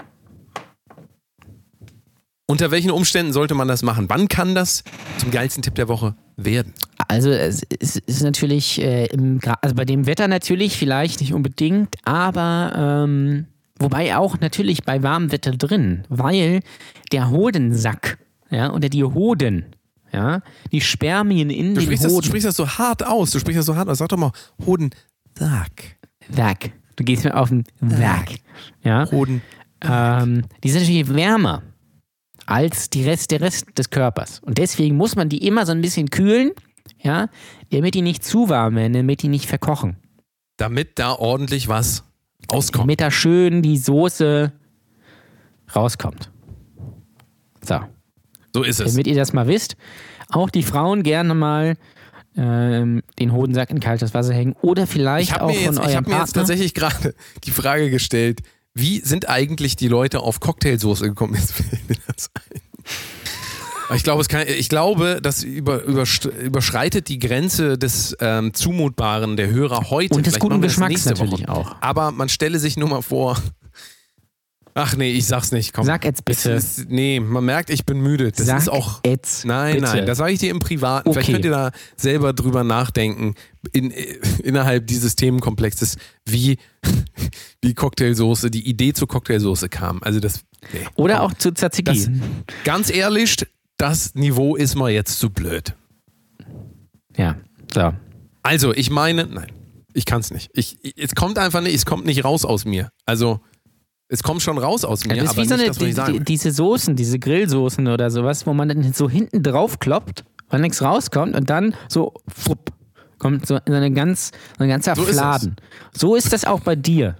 Unter welchen Umständen sollte man das machen? Wann kann das zum geilsten Tipp der Woche werden? Also es ist natürlich, also bei dem Wetter natürlich vielleicht nicht unbedingt, aber wobei auch natürlich bei warmem Wetter drin, weil der Hodensack, ja, oder die Hoden, ja, die Spermien in Du den sprichst Hoden. das so hart aus. Sag doch mal Hodensack. Sack. Du gehst mir auf den Sack. Ja. Hoden. Die sind natürlich wärmer als der Rest des Körpers. Und deswegen muss man die immer so ein bisschen kühlen, ja, damit die nicht zu warm werden, damit die nicht verkochen. Damit da ordentlich was rauskommt. Damit da schön die Soße rauskommt. So, So ist es. damit ihr das mal wisst. Auch die Frauen gerne mal den Hodensack in kaltes Wasser hängen oder vielleicht Ich auch habe von mir, eurem jetzt Partner. tatsächlich gerade die Frage gestellt, wie sind eigentlich die Leute auf Cocktailsoße gekommen? Jetzt fällt mir das ein. Aber ich glaube, das überschreitet die Grenze des Zumutbaren der Hörer heute. Und des Vielleicht guten machen wir das Geschmacks nächste natürlich Woche. auch. Aber man stelle sich nur mal vor. Ach nee, ich sag's nicht. Komm. Sag jetzt bitte. Nee, man merkt, ich bin müde. Das Sag ist auch. jetzt Nein, bitte. nein, das sage ich dir im Privaten. Vielleicht Okay. könnt ihr da selber drüber nachdenken, innerhalb dieses Themenkomplexes, wie Cocktailsoße, die Idee zur Cocktailsoße kam. Also das. Nee. Oder auch zu Tzatziki. Das, ganz ehrlich, das Niveau ist mir jetzt zu blöd. Ja, so. Also, ich meine, nein, ich kann es nicht. Es kommt einfach nicht, es kommt nicht raus aus mir. Also, es kommt schon raus aus mir, Das ist aber wie so nicht eine, das, was ich sagen will. diese Soßen, diese Grillsoßen oder sowas, wo man dann so hinten drauf kloppt, weil nichts rauskommt und dann so fupp, kommt so ein ganzer So ist Fladen. So ist das auch bei dir.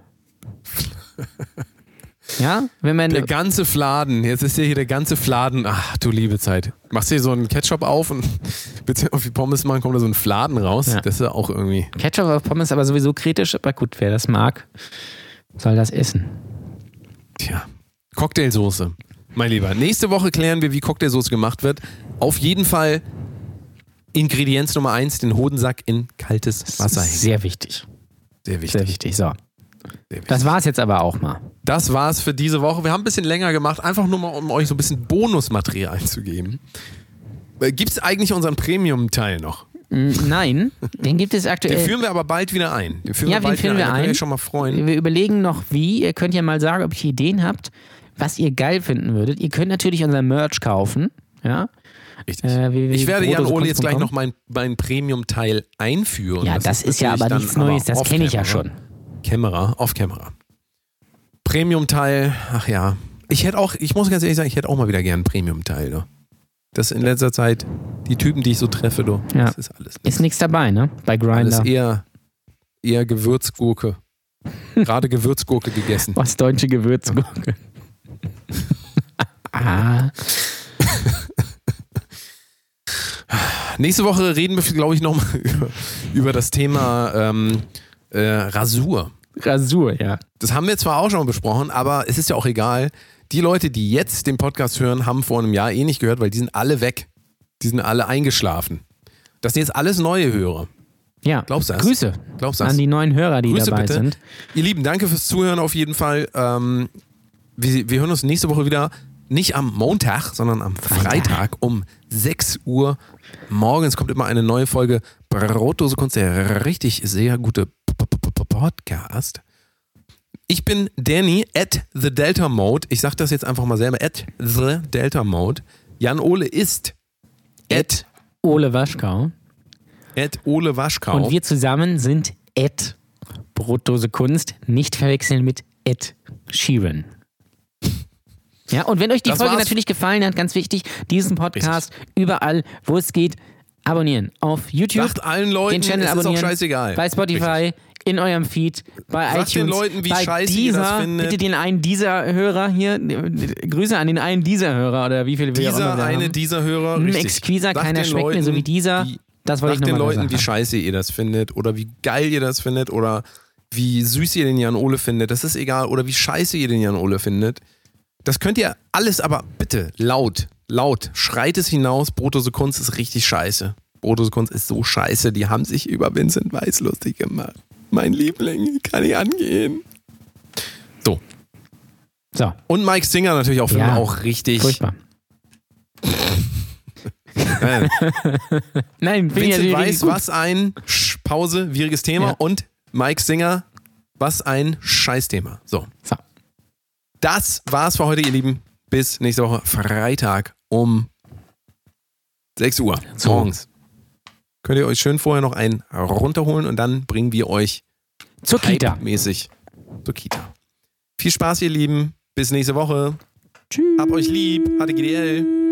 Ja, wenn man Der ganze Fladen, jetzt ist hier der ganze Fladen. Ach, du liebe Zeit. Machst dir so einen Ketchup auf und bitte auf die Pommes machen, kommt da so ein Fladen raus. Ja. Das ist ja auch irgendwie. Ketchup auf Pommes ist aber sowieso kritisch, aber gut, wer das mag, soll das essen. Tja. Cocktailsoße. Mein Lieber, nächste Woche klären wir, wie Cocktailsoße gemacht wird. Auf jeden Fall Ingredienz Nummer 1, den Hodensack in kaltes Wasser hängen. Sehr wichtig. Sehr wichtig. Sehr wichtig. So. Sehr wichtig. Das war's jetzt aber auch mal. Das war's für diese Woche. Wir haben ein bisschen länger gemacht, einfach nur mal, um euch so ein bisschen Bonusmaterial zu geben. Gibt es eigentlich unseren Premium-Teil noch? Nein, den gibt es Den aktuell. führen wir aber bald wieder ein. Den führen Ja, wir bald den führen wieder wir ein. Da könnt ihr ein. euch schon mal freuen. Wir überlegen noch wie. Ihr könnt ja mal sagen, ob ihr Ideen habt, was ihr geil finden würdet. Ihr könnt natürlich unser Merch kaufen. Ja. Richtig. www.brotdosekunst.com. Ich werde Jan Ole jetzt gleich noch mein Premium-Teil einführen. Ja, das ist ja natürlich aber dann nichts Neues, das kenne ich ja off-camera. schon. Off-Camera. Premium-Teil, ach ja. Ich muss ganz ehrlich sagen, ich hätte auch mal wieder gern einen Premium-Teil. Du. Das in letzter Zeit, die Typen, die ich so treffe, du, Ja. das ist alles. Ist nichts dabei, ne? Bei Alles Grindr. eher Gewürzgurke. Gerade Gewürzgurke gegessen. Was deutsche Gewürzgurke. Nächste Woche reden wir, glaube ich, nochmal über das Thema Rasur. Rasur, ja. Das haben wir zwar auch schon besprochen, aber es ist ja auch egal. Die Leute, die jetzt den Podcast hören, haben vor einem Jahr nicht gehört, weil die sind alle weg. Die sind alle eingeschlafen. Das sind jetzt alles neue Hörer. Ja. Glaubst du das? Grüße Glaubst du das? an die neuen Hörer, die Grüße dabei bitte. sind. Ihr Lieben, danke fürs Zuhören auf jeden Fall. Wir hören uns nächste Woche wieder, nicht am Montag, sondern am Freitag um 6 Uhr morgens kommt immer eine neue Folge Brotdose Kunst, der richtig sehr gute Podcast. Ich bin Danny at the Delta Mode. Ich sag das jetzt einfach mal selber, at the Delta Mode. Jan Ole ist at Ole Waschkau. Ole Waschkau. Und wir zusammen sind Brotdose Kunst. Nicht verwechseln mit Sheeran. Ja, und wenn euch die Das Folge war's. natürlich gefallen hat, ganz wichtig, diesen Podcast überall, wo es geht, abonnieren. Auf YouTube, Sagt allen Leuten, den Channel es ist auch abonnieren, scheißegal. bei Spotify, in eurem Feed, bei Sagt iTunes, den Leuten, wie bei scheiße ihr das dieser, findet. bitte den einen dieser Hörer hier, Grüße an den einen dieser Hörer oder wie viele wir auch immer wir haben. Dieser Hörer, richtig. Exquiser, Sagt keiner den schmeckt mir so wie dieser. Das wollte ich Sagt den nochmal Leuten, wie sagen. scheiße ihr das findet oder wie geil ihr das findet oder wie süß ihr den Jan Ole findet. Das ist egal. Oder wie scheiße ihr den Jan Ole findet. Das könnt ihr alles, aber bitte laut, schreit es hinaus. Brotdose Kunst ist richtig scheiße. Brotdose Kunst ist so scheiße. Die haben sich über Vincent Weiss lustig gemacht. Mein Liebling, kann ich angehen. So. So, Und Mike Singer natürlich auch, Ja. auch richtig. furchtbar. Nein. Nein, finde ich Vincent natürlich Weiss, gut. was ein Pause, schwieriges Thema. Ja. Und Mike Singer, was ein Scheißthema. So. So. Das war's für heute, ihr Lieben. Bis nächste Woche Freitag um 6 Uhr So. morgens. Könnt ihr euch schön vorher noch einen runterholen und dann bringen wir euch Zur Kita. hype-mäßig zur Kita. Viel Spaß, ihr Lieben. Bis nächste Woche. Tschüss. Hab euch lieb. HTGDL.